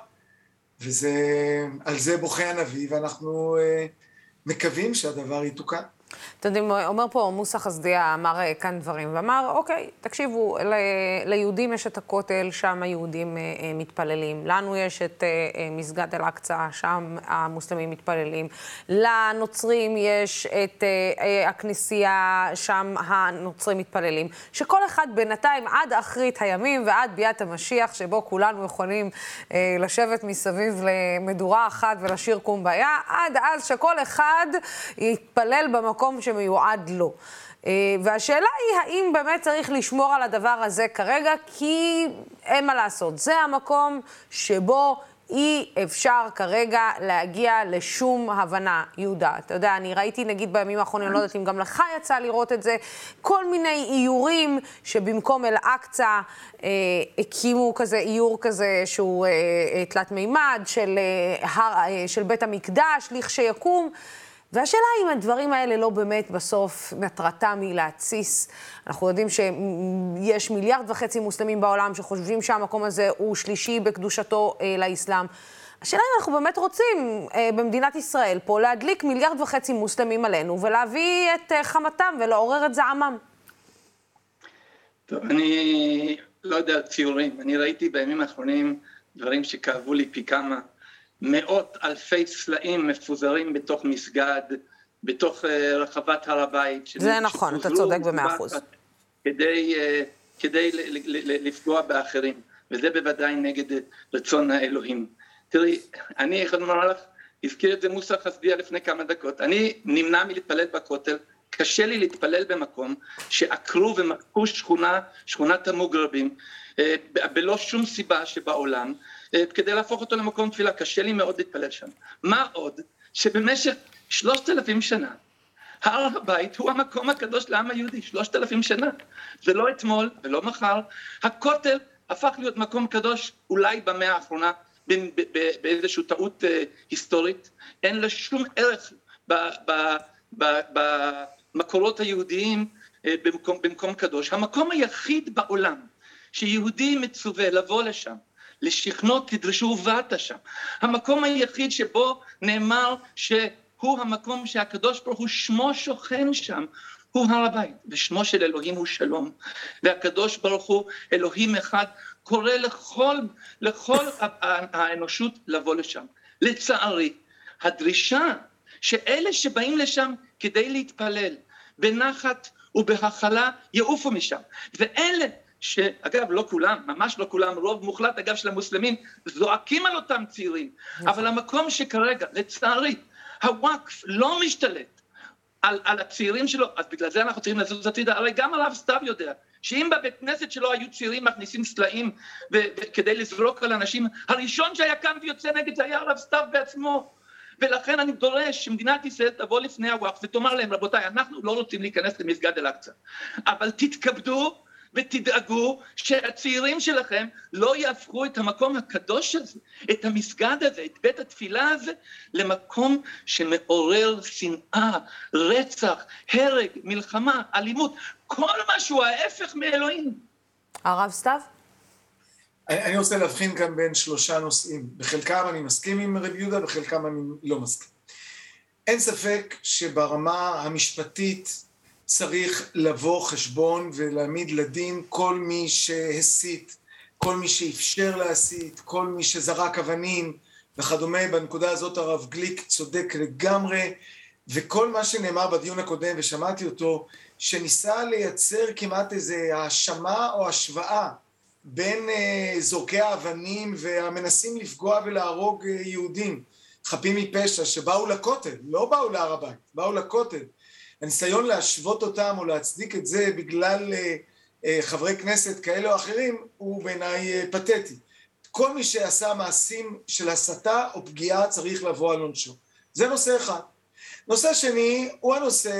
ועל זה בוכה הנביא, ואנחנו מקווים שהדבר יתוקן. אתם יודעים, אומר פה מוסא חסדיה, אמר כאן דברים, ואמר, אוקיי, תקשיבו, ליהודים יש את הכותל, שם היהודים מתפללים. לנו יש את מסגד אל-אקצא, שם המוסלמים מתפללים. לנוצרים יש את הכנסייה, שם הנוצרים מתפללים. שכל אחד בינתיים עד אחרית הימים ועד ביאת המשיח, שבו כולנו יכולים לשבת מסביב למדורה אחת ולשיר קומביה, עד אז שכל אחד יתפלל במקום שמיועד לו. והשאלה היא, האם באמת צריך לשמור על הדבר הזה כרגע, כי אין מה לעשות. זה המקום שבו אי אפשר כרגע להגיע לשום הבנה. יהודה, אתה יודע, אני ראיתי נגיד בימים האחרונים, אני לא יודעת אם גם לך יצא לראות את זה, כל מיני איורים שבמקום אל-אקצא הקימו כזה איור כזה שהוא תלת מימד של בית המקדש, לכשיקום. והשאלה אם הדברים האלה לא באמת בסוף מטרתם היא להציס. אנחנו יודעים שיש 1.5 מיליארד מוסלמים בעולם שחושבים שהמקום הזה הוא שלישי בקדושתו לאסלאם. השאלה אם אנחנו באמת רוצים במדינת ישראל פה להדליק 1.5 מיליארד מוסלמים עלינו ולהביא את חמתם ולעורר את זעמם. טוב, אני לא יודע על ציורים. אני ראיתי בימים האחרונים דברים שכאבו לי פי כמה. מאות אלפי סלעים מפוזרים בתוך מסגד, בתוך רחבת הר הבית. זה נכון, אתה צודק ב100%. כדי לפגוע באחרים, וזה בוודאי נגד רצון האלוהים. תראי, אני יכול לומר לך, הזכיר את זה מוסא חסדיה לפני כמה דקות, אני נמנע מלהתפלל בכותל, קשה לי להתפלל במקום שעקרו ומחקו שכונת המוגרבים, בלא שום סיבה שבעולם, כדי להפוך אותו למקום תפילה. קשה לי מאוד להתפלל שם. מה עוד? שבמשך 3,000 שנה, הר הבית הוא המקום הקדוש לעם היהודי, 3,000 שנה. זה לא אתמול ולא מחר. הכותל הפך להיות מקום קדוש אולי במאה האחרונה, באיזושהי טעות היסטורית. אין לה שום ערך במקורות היהודיים במקום קדוש. המקום היחיד בעולם שיהודי מצווה לבוא לשם, לשכנות תדרשו ובאת שם. המקום היחיד שבו נאמר שהוא המקום שהקדוש ברוך הוא שמו שוכן שם, הוא הר הבית, ושמו של אלוהים הוא שלום. והקדוש ברוך הוא אלוהים אחד, קורא לכל האנושות לבוא לשם. לצערי, הדרישה שאלה שבאים לשם כדי להתפלל בנחת ובהכלה יעופו משם. ואלה שאגב לא כולם, ממש לא כולם, רוב מוחלט אגב של המוסלמים זועקים על אותם צעירים, אבל המקום שכרגע לצערי הוואקף לא משתלט על הצעירים שלו, אז בגלל זה אנחנו צריכים לזוז הצידה. הרי גם הרב סתיו יודע שאם בבית כנסת שלו היו צעירים מכניסים סלעים כדי לזרוק על אנשים, הראשון שהיה קם ויוצא נגד זה היה הרב סתיו בעצמו. ולכן אני דורש שמדינת ישראל תבוא לפני הוואקף ותאמר להם, רבותיי, אנחנו לא רוצים להיכנס למסגד אל-אקצא, אבל תתכבדו ותדאגו שהצעירים שלכם לא יהפכו את המקום הקדוש הזה, את המסגד הזה, את בית התפילה הזה, למקום שמעורר שנאה, רצח, הרג, מלחמה, אלימות, כל משהו ההפך מאלוהים. הרב סתיו? אני רוצה להבחין כאן בין 3 נושאים. בחלקם אני מסכים עם רב יהודה, בחלקם אני לא מסכים. אין ספק שברמה המשפטית צריך לבוא חשבון ולהעמיד לדין כל מי שהסית, כל מי שאפשר להסית, כל מי שזרק אבנים וכדומה. בנקודה הזאת הרב גליק צודק לגמרי, וכל מה שנאמר בדיון הקודם ושמעתי אותו, שניסה לייצר כמעט איזה האשמה או השוואה בין זורקי האבנים והמנסים לפגוע ולהרוג יהודים חפים מפשע שבאו לכותל, לא באו להר הבית, באו לכותל. הניסיון להשוות אותם או להצדיק את זה בגלל חברי כנסת כאלה או אחרים הוא בעיניי פתטי. כל מי שעשה מעשים של הסתה או פגיעה צריך לבוא על עונשו. זה נושא אחד. נושא שני הוא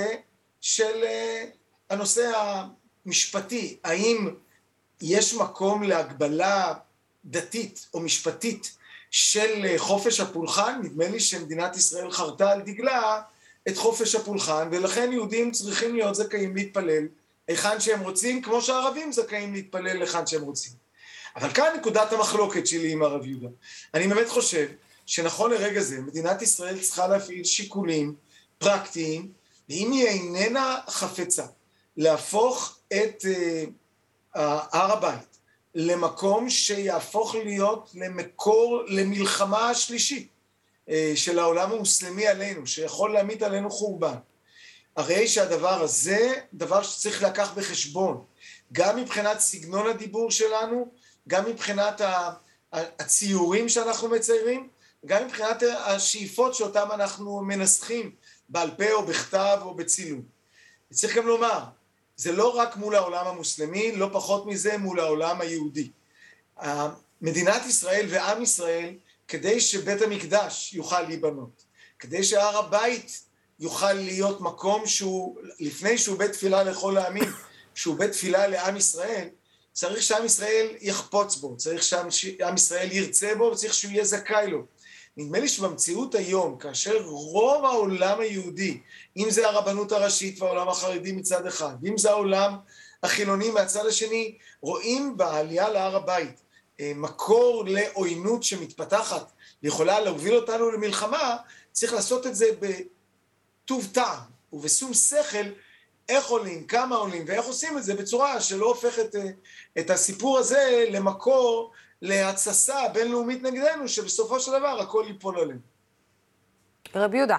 הנושא המשפטי. האם יש מקום להגבלה דתית או משפטית של חופש הפולחן? נדמה לי שמדינת ישראל חרתה על דגלה את חופש הפולחן, ולכן יהודים צריכים להיות זכאים להתפלל היכן שהם רוצים, כמו שהערבים זכאים להתפלל היכן שהם רוצים. אבל כאן נקודת המחלוקת שלי עם הרב יהודה. אני באמת חושב שנכון לרגע זה מדינת ישראל צריכה להפעיל שיקולים פרקטיים, ואם היא איננה חפצה להפוך את הר הבית למקום שיהפוך להיות למקור למלחמה השלישית של העולם המוסלמי עלינו, שיכול להמיט עלינו חורבן, הרי שהדבר הזה דבר שצריך לקח בחשבון, גם מבחינת סגנון הדיבור שלנו, גם מבחינת הציורים שאנחנו מציירים, גם מבחינת השאיפות שאותם אנחנו מנסחים בעל פה או בכתב או בצילום. צריך גם לומר, זה לא רק מול העולם המוסלמי, לא פחות מזה מול העולם היהודי. מדינת ישראל ועם ישראל, כדי שבית המקדש יוכל להיבנות, כדי שהר הבית יוכל להיות מקום שהוא, לפני שהוא בית תפילה לכל העמים, שהוא בית תפילה לעם ישראל, צריך שעם ישראל יחפוץ בו, צריך שעם ישראל ירצה בו, וצריך שהוא יהיה זכאי לו. נדמה לי שבמציאות היום, כאשר רוב העולם היהודי, אם זה הרבנות הראשית והעולם החרדי מצד אחד, אם זה העולם החילוני מהצד השני, רואים בעלייה להר הבית מקור לעוינות שמתפתחת, ויכולה להוביל אותנו למלחמה, צריך לעשות את זה בטוב טעם ובשום שכל, איך עולים, כמה עולים, ואיך עושים את זה בצורה שלא הופכת את הסיפור הזה למקור להצסה בינלאומית נגדנו, שבסופו של דבר הכל ייפול עלינו. רב יהודה.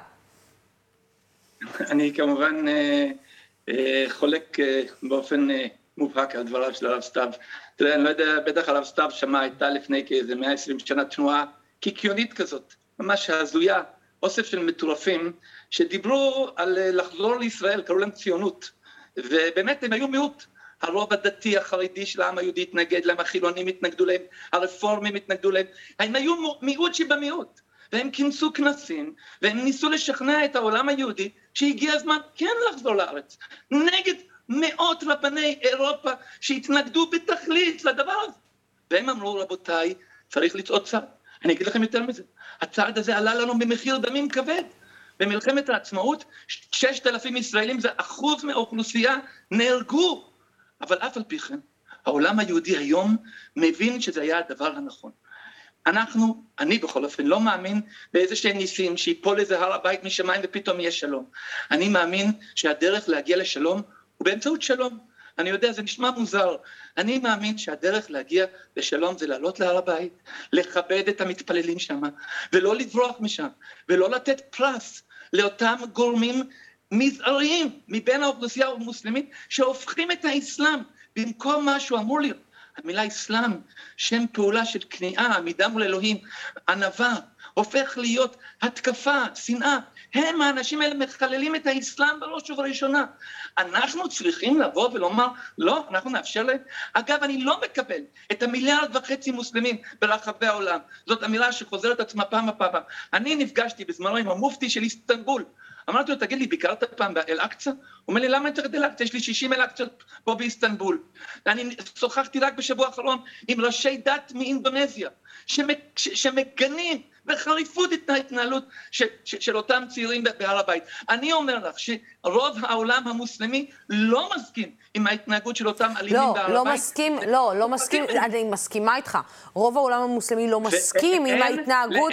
אני כמובן חולק באופן מובהק על דבריו של הרב סתיו. תראה, אני לא יודע, בטח הרב סתיו שמע, הייתה לפני כאיזה 120 שנה תנועה קיקיונית כזאת, ממש הזויה, אוסף של מטורפים, שדיברו על לחזור לישראל, קראו להם ציונות, ובאמת הם היו מיעוט. הרוב הדתי החרדי של העם היהודי התנגד להם, החילונים התנגדו להם, הרפורמים התנגדו להם, הם היו מיעוט שבמיעוט, והם כינסו כנסים, והם ניסו לשכנע את העולם היהודי, שהגיע הזמן כן לחזור לארץ, נגד מאות רבני אירופה שהתנגדו בתכלית לדבר הזה. והם אמרו, רבותיי, צריך לצעוד צעד. אני אגיד לכם יותר מזה, הצעד הזה עלה לנו במחיר דמים כבד. במלחמת העצמאות, 6,000 ישראלים, זה 1% מהאוכלוסייה, נהרגו. אבל אף על פי כן, העולם היהודי היום מבין שזה היה הדבר הנכון. אני בכל אופן לא מאמין באיזה שהם ניסים, שיפול איזה הר הבית משמיים ופתאום יהיה שלום. אני מאמין שהדרך להגיע לשלום הוא באמצעות שלום. אני יודע, זה נשמע מוזר. אני מאמין שהדרך להגיע לשלום זה לעלות להר הבית, לכבד את המתפללים שם, ולא לברוח משם, ולא לתת פרס לאותם גורמים מזעריים מבין האוכלוסייה המוסלמית, שהופכים את האסלאם במקום מה שהוא אמור להיות. המילה אסלאם, שם פעולה של כניעה, עמידה מול אלוהים, ענווה, הופך להיות התקפה, שנאה. הם האנשים האלה מחללים את האסלאם בראש ובראשונה. אנחנו צריכים לבוא ולומר, לא, אנחנו נאפשר להם. אגב, אני לא מקבל את 1.5 מיליארד מוסלמים ברחבי העולם. זאת אמירה שחוזרת עצמה פעם הפעם. אני נפגשתי בזמנו עם המופתי של איסטנבול. אמרתי לו, תגיד לי, ביקרת פעם באל-אקצה? הוא אומר לי, למה אני צריך את אל-אקצה? יש לי 60 אל-אקצה פה באיסטנבול. אני שוחחתי רק בשבוע האחרון עם ראשי דת מאינדונזיה, שמגנים בחריפות את ההתנהלות של אותם צעירים בהר הבית. אני אומר לך שרוב העולם המוסלמי לא מסכים עם ההתנהגות של אותם אלימים בהר הבית. לא מסכים, אני מסכימה איתך. רוב העולם המוסלמי לא מסכים עם ההתנהגות.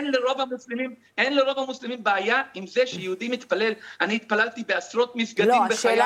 אין לרוב המוסלמים בעיה עם זה שיהודי מתפלל. אני התפללתי בעשרות מסגדים בחיי. לא, השאלה,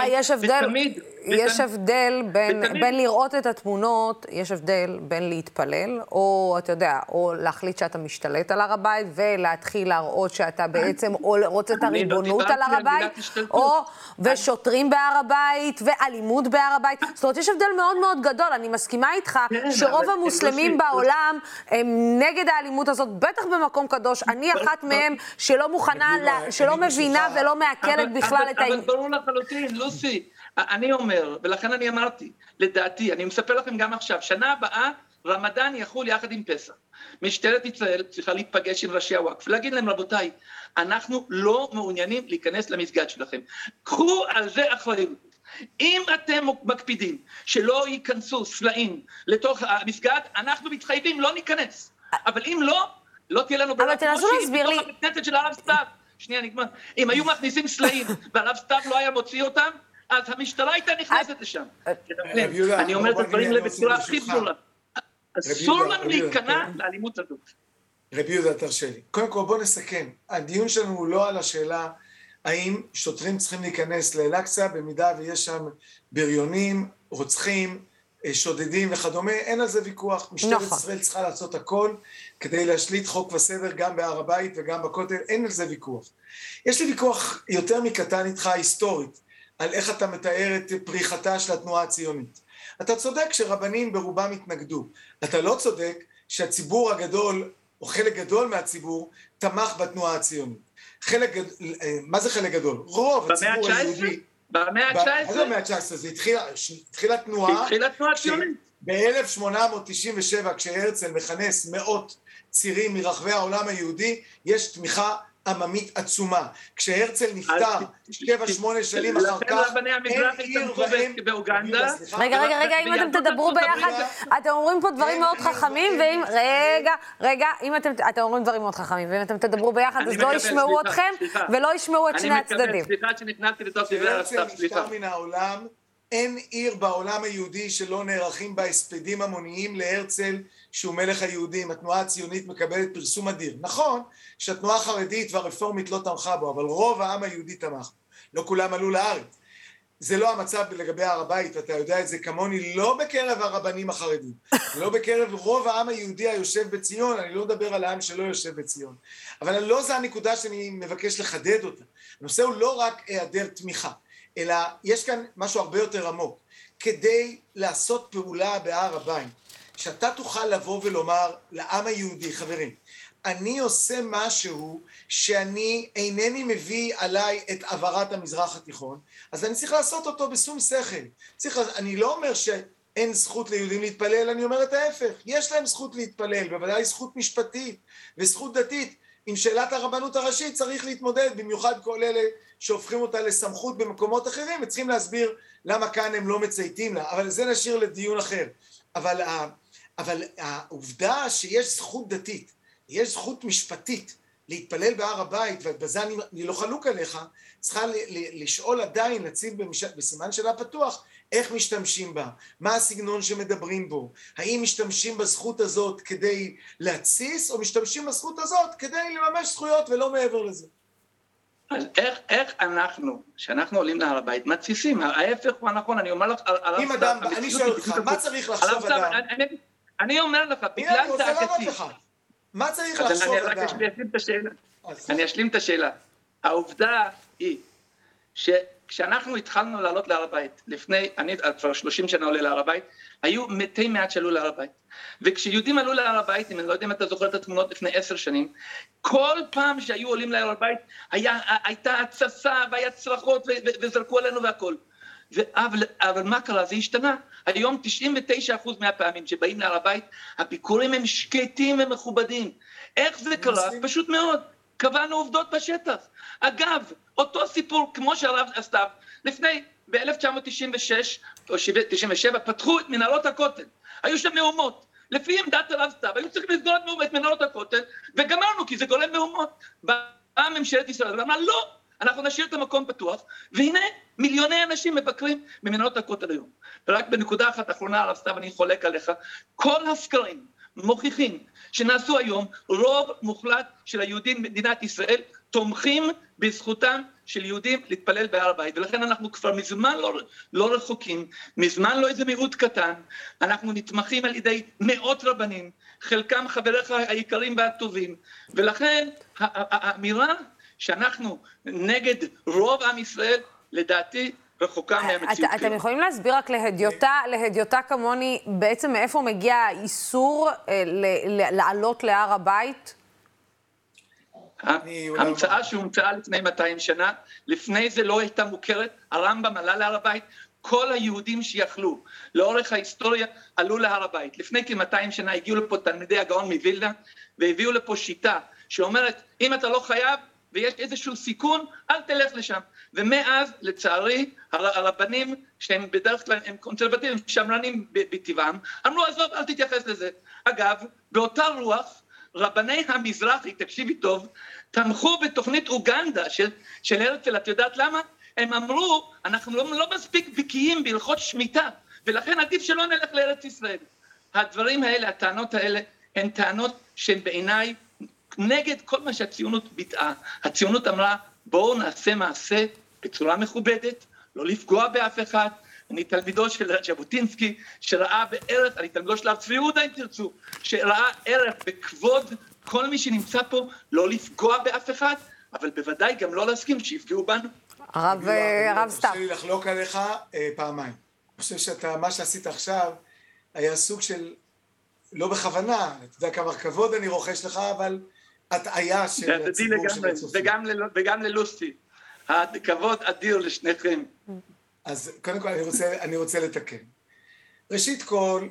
יש הבדל בין לראות את התמונות, יש הבדל בין להתפלל, או אתה יודע, או להחליט שאתה משתלט על הר הבית, ולהתחיל להראות שאתה בעצם רוצה את הריבונות על הר הבית, או ושוטרים בהר הבית, ואלימות בהר הבית. זאת אומרת, יש הבדל מאוד מאוד גדול. אני מסכימה איתך שרוב המוסלמים בעולם הם נגד האלימות הזאת, בטח במקום קדוש. אני אחת מהם שלא מוכנה, שלא מבינה ולא מעכלת בכלל את אבל ברור לחלוטין, לוסי. אני אומר, ולכן אני אמרתי, לדעתי, אני מספר לכם גם עכשיו, שנה הבאה רמדאן יחול יחד עם פסח. משטרת ישראל צריכה להיפגש עם ראשי הוואקף, להגיד להם, רבותיי, אנחנו לא מעוניינים להיכנס למסגד שלכם. קחו על זה אחריות. אם אתם מקפידים שלא ייכנסו סלעים לתוך המסגד, אנחנו מתחייבים, לא ניכנס. אבל אם לא תהיה לנו אבל תנסו להסביר לי. בכנסת של הרב סתיו. שנייה, נגמר. אם היו מכניסים סלעים והרב סתיו לא היה מוציא אותם, אז המשטרה הייתה נכנסת לשם. אני אומר את הדברים בצורה הכי ברורה. אסור לנו להיכנע לאלימות הזאת. רבי יהודה, תרשה לי. קודם כל בוא נסכם. הדיון שלנו הוא לא על השאלה האם שוטרים צריכים להיכנס לאל-אקצא במידה ויש שם בריונים, רוצחים, שודדים וכדומה. אין על זה ויכוח. משטרת ישראל צריכה לעשות הכל כדי להשליט חוק וסדר גם בהר הבית וגם בכותל. אין על זה ויכוח. יש לי ויכוח יותר מקטן איתך היסטורית על איך אתה מתאר את פריחתה של התנועה הציונית. אתה צודק שרבנים ברובם התנגדו. אתה לא צודק שהציבור הגדול, או חלק גדול מהציבור, תמך בתנועה הציונית. מה זה חלק גדול? רוב הציבור היהודי... במאה ה-19? מה זה במאה ה-19? זה התחילה תנועה... ב-1897, כשהרצל מכנס מאות צירים מרחבי העולם היהודי, יש תמיכה עממית עצומה. כשהרצל נפטר 7-8 שנים אחר כך, אין עיר בהם... רגע, אם אתם תדברו ביחד, אתם אומרים פה דברים מאוד חכמים, ואם... רגע, אם אתם אומרים דברים מאוד חכמים, ואם אתם תדברו ביחד, אז לא ישמעו אתכם, ולא ישמעו את שני הצדדים. סליחה שנכנסתי לתוך דברי הרב סתיו, סליחה. הרצל נפטר מן העולם, אין עיר בעולם היהודי שלא נערכים בה הספדים המוניים להרצל שהוא מלך היהודים. התנועה הציונית מקבלת פרסום אדיר. נכון שהתנועה החרדית והרפורמית לא תמכה בו, אבל רוב העם היהודי תמך. לא כולם עלו לארץ. זה לא המצב לגבי הר הבית, ואתה יודע את זה כמוני, לא בקרב הרבנים החרדים, לא בקרב רוב העם היהודי היושב בציון. אני לא מדבר על העם שלא יושב בציון. אבל לא זו הנקודה שאני מבקש לחדד אותה. הנושא הוא לא רק היעדר תמיכה, אלא יש כאן משהו הרבה יותר עמוק. כדי לעשות פעולה בהר הבית, שאתה תוכל לבוא ולומר לעם היהודי, חברים, אני עושה משהו שאני אינני מביא עליי את עברת המזרח התיכון, אז אני צריך לעשות אותו בשום שכל. אני לא אומר שאין זכות ליהודים להתפלל, אני אומר את ההפך. יש להם זכות להתפלל, בוודאי זכות משפטית וזכות דתית. עם שאלת הרבנות הראשית צריך להתמודד, במיוחד כל אלה שהופכים אותה לסמכות במקומות אחרים, וצריכים להסביר למה כאן הם לא מצייתים לה, אבל זה נשאיר לדיון אחר. אבל העובדה שיש זכות דתית, יש זכות משפטית להתפלל בהר הבית, ובזה אני לא חלוק עליך, צריכה לשאול עדיין, להציב בסימן שאלה פתוח, איך משתמשים בה, מה הסגנון שמדברים בו, האם משתמשים בזכות הזאת כדי להציס, או משתמשים בזכות הזאת כדי לממש זכויות ולא מעבר לזה. אז איך אנחנו, שאנחנו עולים להר הבית, מתסיסים? ההפך הוא הנכון, אני אומר לך... אם אדם, אני שואל אותך, מה צריך לחשוב אדם? אני אומר לך, בגלל דעקתי... מה צריך לחשוב אדם? אני אשלים את השאלה. העובדה היא שכשאנחנו התחלנו לעלות להר הבית, אני כבר 30 שנה עולה להר הבית, היו מתי מעט שעלו להר הבית. וכשיהודים עלו להר הבית, אם אני לא יודע אם אתה זוכר את התמונות לפני 10 שנים, כל פעם שהיו עולים להר הבית, הייתה הצסה והיה צרחות וזרקו עלינו והכל. אבל מה קרה? זה השתנה. היום 99% מהפעמים שבאים להר הבית, הביקורים הם שקטים ומכובדים. איך זה קרה? פשוט מאוד. קבענו עובדות בשטח. אגב, אותו סיפור כמו שהרב סתיו, לפני, ב-1996 או 97, פתחו את מנהרות הכותל. היו שם מהומות. לפי עמדת הרב סתיו, היו צריכים לסגור את מנהרות הכותל, וגמרנו, כי זה גורם מהומות. באה ממשלת ישראל, ואמרה, לא, אנחנו נשאיר את המקום פתוח, והנה מיליוני אנשים מבקרים במנהרות הכותל היום. ורק בנקודה אחת אחרונה, הרב סתיו, אני חולק עליך, כל הסקרים מוכיחים שנעשו היום, רוב מוחלט של היהודים במדינת ישראל תומכים בזכותם של יהודים להתפלל בהר הבית, ולכן אנחנו כבר מזמן לא רחוקים, מזמן לא איזה מיעוט קטן, אנחנו נתמכים על ידי מאות רבנים, חלקם חבריך היקרים והטובים, ולכן האמירה שאנחנו נגד רוב עם ישראל, לדעתי רחוקה מהמציאות. אתם יכולים להסביר רק להדיוטה כמוני, בעצם מאיפה מגיע האיסור לעלות להר הבית? המצאה שהומצאה לפני 200 שנה, לפני זה לא הייתה מוכרת, הרמב"ם עלה להר הבית, כל היהודים שיכלו לאורך ההיסטוריה עלו להר הבית. לפני כ-200 שנה הגיעו לפה תלמידי הגאון מווילנה, והביאו לפה שיטה שאומרת, אם אתה לא חייב ויש איזשהו סיכון, אל תלך לשם. ומאז, לצערי, הרבנים שהם בדרך כלל הם קונסרבטיביים, שמרנים בטבעם, אמרו, עזוב, אל תתייחס לזה. אגב, באותה רוח, רבני המזרחי, תקשיבי טוב, תמכו בתוכנית אוגנדה של הרצל, את יודעת למה? הם אמרו, אנחנו לא מספיק בקיאים בהלכות שמיטה, ולכן עדיף שלא נלך לארץ ישראל. הדברים האלה, הטענות האלה, הן טענות שהן בעיניי נגד כל מה שהציונות ביטאה. הציונות אמרה, בואו נעשה מעשה בצורה מכובדת, לא לפגוע באף אחד. אני תלמידו של ז'בוטינסקי, שראה בערך, אני תלמידו של הרב צבי יהודה אם תרצו, שראה ערך בכבוד כל מי שנמצא פה, לא לפגוע באף אחד, אבל בוודאי גם לא להסכים שיפגעו בנו. הרב סתיו. אני רוצה לחלוק עליך פעמיים. אני חושב מה שעשית עכשיו היה סוג של, לא בכוונה, אתה יודע כמה כבוד אני רוכש לך, אבל הטעיה של הציבור שמצופים. וגם ללוסי. הכבוד אדיר לשניכם. אז קודם כל אני רוצה לתקן. ראשית כל,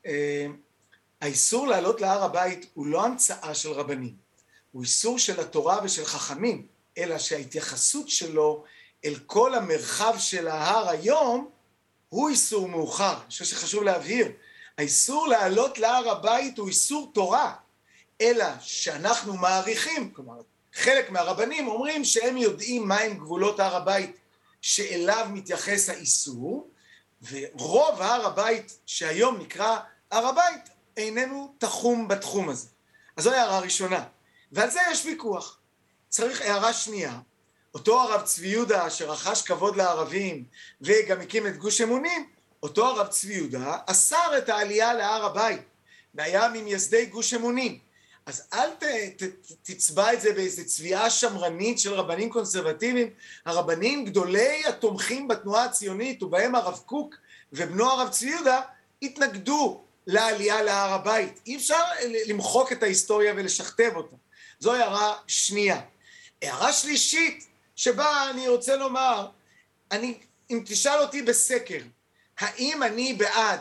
האיסור לעלות להר הבית הוא לא המצאה של רבנים. הוא איסור של התורה ושל חכמים, אלא שההתייחסות שלו אל כל המרחב של ההר היום, הוא איסור מאוחר. אני חושב שחשוב להבהיר. האיסור לעלות להר הבית הוא איסור תורה, אלא שאנחנו מעריכים, כלומר, חלק מהרבנים אומרים שהם יודעים מהם גבולות הר הבית שאליו מתייחס האיסור, ורוב הר הבית שהיום נקרא הר הבית איננו תחום בתחום הזה. אז זו הערה ראשונה, ועל זה יש ויכוח. צריך הערה שנייה, אותו הרב צבי יהודה שרכש כבוד לערבים וגם הקים את גוש אמונים, אותו הרב צבי יהודה אסר את העלייה להר הבית, והיה ממייסדי גוש אמונים. אז אל תצבע את זה באיזו צביעה שמרנית של רבנים קונסרבטיביים. הרבנים גדולי התומכים בתנועה הציונית, ובהם הרב קוק ובנו הרב צבי יהודה, התנגדו לעלייה להר הבית. אי אפשר למחוק את ההיסטוריה ולשכתב אותה. זו הערה שנייה. הערה שלישית, שבה אני רוצה לומר, אם תשאל אותי בסקר, האם אני בעד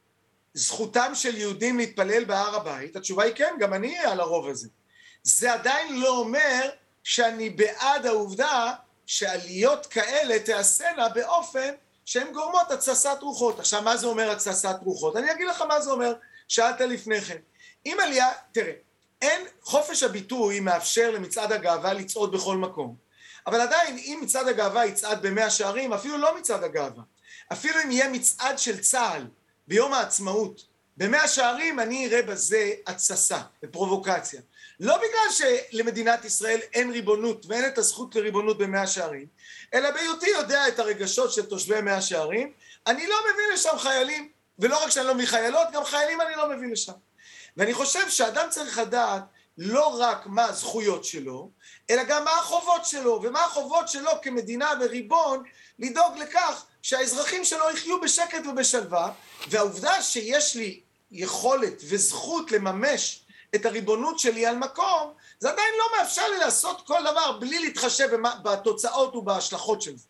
זכותם של יהודים להתפלל בהר הבית, התשובה היא כן, גם אני על הרוב הזה. זה עדיין לא אומר שאני בעד העובדה שעליות כאלה תעשנה באופן שהן גורמות התססת רוחות. עכשיו, מה זה אומר התססת רוחות? אני אגיד לך מה זה אומר, שאלת לפני כן. אם עלייה, תראה, אין חופש הביטוי מאפשר למצעד הגאווה לצעוד בכל מקום. אבל עדיין, אם מצעד הגאווה יצעד במאה שערים, אפילו לא מצעד הגאווה, אפילו אם יהיה מצעד של צה"ל, ביום העצמאות, במאה שערים אני אראה בזה התססה ופרובוקציה. לא בגלל שלמדינת ישראל אין ריבונות ואין את הזכות לריבונות במאה שערים, אלא בהיותי יודע את הרגשות של תושבי מאה שערים, אני לא מביא לשם חיילים, ולא רק שאני לא מביא חיילות, גם חיילים אני לא מביא לשם. ואני חושב שאדם צריך לדעת לא רק מה הזכויות שלו, אלא גם מה החובות שלו, ומה החובות שלו כמדינה וריבון, לדאוג לכך שהאזרחים שלו יחיו בשקט ובשלווה, והעובדה שיש לי יכולת וזכות לממש את הריבונות שלי על מקום, זה עדיין לא מאפשר לי לעשות כל דבר בלי להתחשב בתוצאות ובהשלכות של זה.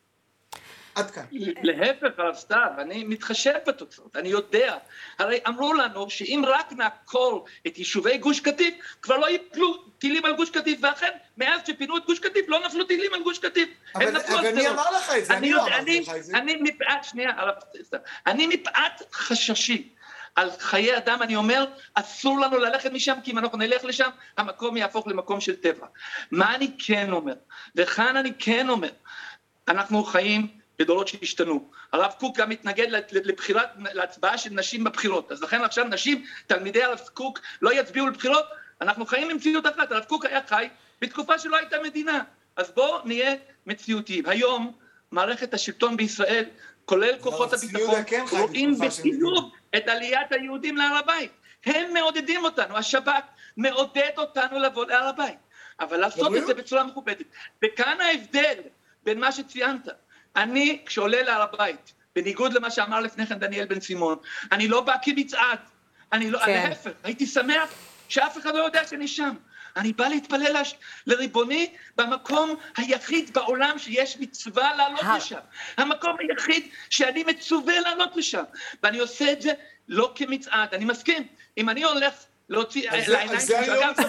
עד כאן. להפך הרב סתיו, אני מתחשב בתוצאות, אני יודע. הרי אמרו לנו שאם רק נעקור את יישובי גוש קטיף, כבר לא יפלו טילים על גוש קטיף, ואכן, מאז שפינו את גוש קטיף, לא נפלו טילים על גוש קטיף. אבל מי אמר לך את זה? אני לא אמרתי לך את זה. אני מפאת, שנייה, הרב סתיו, אני מפאת חששי על חיי אדם, אני אומר, אסור לנו ללכת משם, כי אם אנחנו נלך לשם, המקום יהפוך למקום של טבע. מה אני כן אומר? וכאן אני כן אומר, אנחנו חיים בדורות שהשתנו. הרב קוק גם מתנגד להצבעה של נשים בבחירות, אז לכן עכשיו נשים, תלמידי הרב קוק, לא יצביעו לבחירות, אנחנו חיים במציאות אחת. הרב קוק היה חי בתקופה שלא הייתה מדינה, אז בואו נהיה מציאותיים. היום מערכת השלטון בישראל, כולל כוחות הביטחון, רואים בחיוב את עליית היהודים להר הבית. הם מעודדים אותנו, השב"כ מעודד אותנו לבוא להר הבית, אבל לעשות את זה בצורה מכובדת. וכאן ההבדל בין מה שציינת. אני, כשעולה להר הבית, בניגוד למה שאמר לפני כן דניאל בן סימון, אני לא בא כמצעד, אני לא, להפך, הייתי שמח שאף אחד לא יודע שאני שם. אני בא להתפלל לריבוני במקום היחיד בעולם שיש מצווה לעלות לשם. המקום היחיד שאני מצווה לעלות לשם. ואני עושה את זה לא כמצעד. אני מסכים, אם אני הולך להוציא לעיניים של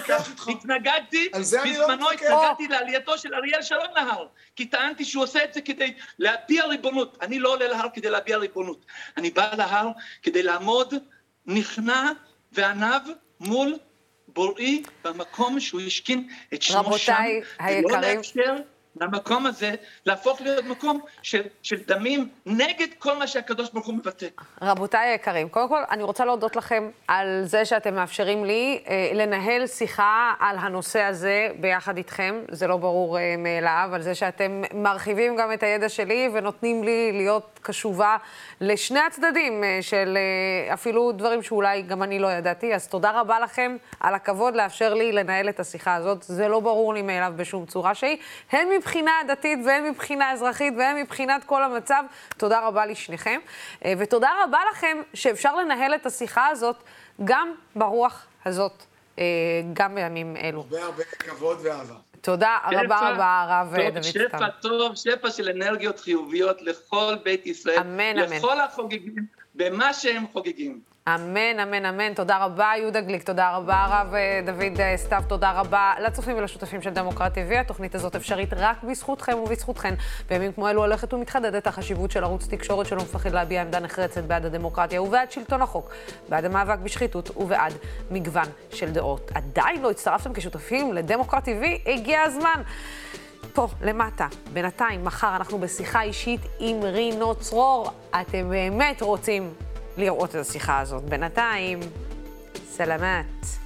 התנגדתי, בזמנו התנגדתי לעלייתו של אריאל שרון להר, כי טענתי שהוא עושה את זה כדי להביע ריבונות. אני לא עולה להר כדי להביע ריבונות. אני בא להר כדי לעמוד נכנע וענב מול בוראי במקום שהוא ישכין את שמו שם, ולא לאפשר למקום הזה להפוך להיות מקום של דמים נגד כל מה שהקדוש ברוך הוא מבטא. רבותיי היקרים, קודם כל אני רוצה להודות לכם על זה שאתם מאפשרים לי לנהל שיחה על הנושא הזה ביחד איתכם, זה לא ברור מאליו, על זה שאתם מרחיבים גם את הידע שלי ונותנים לי להיות קשובה לשני הצדדים של אפילו דברים שאולי גם אני לא ידעתי, אז תודה רבה לכם על הכבוד לאפשר לי לנהל את השיחה הזאת, זה לא ברור לי מאליו בשום צורה שהיא, הן מבחינה דתית והן מבחינה אזרחית והן מבחינת כל המצב, תודה רבה לשניכם, ותודה רבה לכם שאפשר לנהל את השיחה הזאת גם ברוח הזאת, גם בימים אלו. הרבה כבוד ואהבה. תודה רבה רבה, הרב דוד סתיו. שפע טוב, שפע של אנרגיות חיוביות לכל בית ישראל, אמן, אמן. לכל החוגגים, במה שהם חוגגים. אמן, אמן, אמן. תודה רבה, יהודה גליק, תודה רבה, הרב דוד סתיו, תודה רבה לצופים ולשותפים של דמוקרט TV. התוכנית הזאת אפשרית רק בזכותכם ובזכותכן. בימים כמו אלו הולכת ומתחדדת החשיבות של ערוץ תקשורת שלא מפחד להביע עמדה נחרצת בעד הדמוקרטיה ובעד שלטון החוק, בעד המאבק בשחיתות ובעד מגוון של דעות. עדיין לא הצטרפתם כשותפים לדמוקרט TV? הגיע הזמן. פה, למטה. בינתיים, מחר אנחנו בשיחה אישית עם רינו צרור. אתם באמת רוצים לראות את השיחה הזאת. בינתיים, סלמת.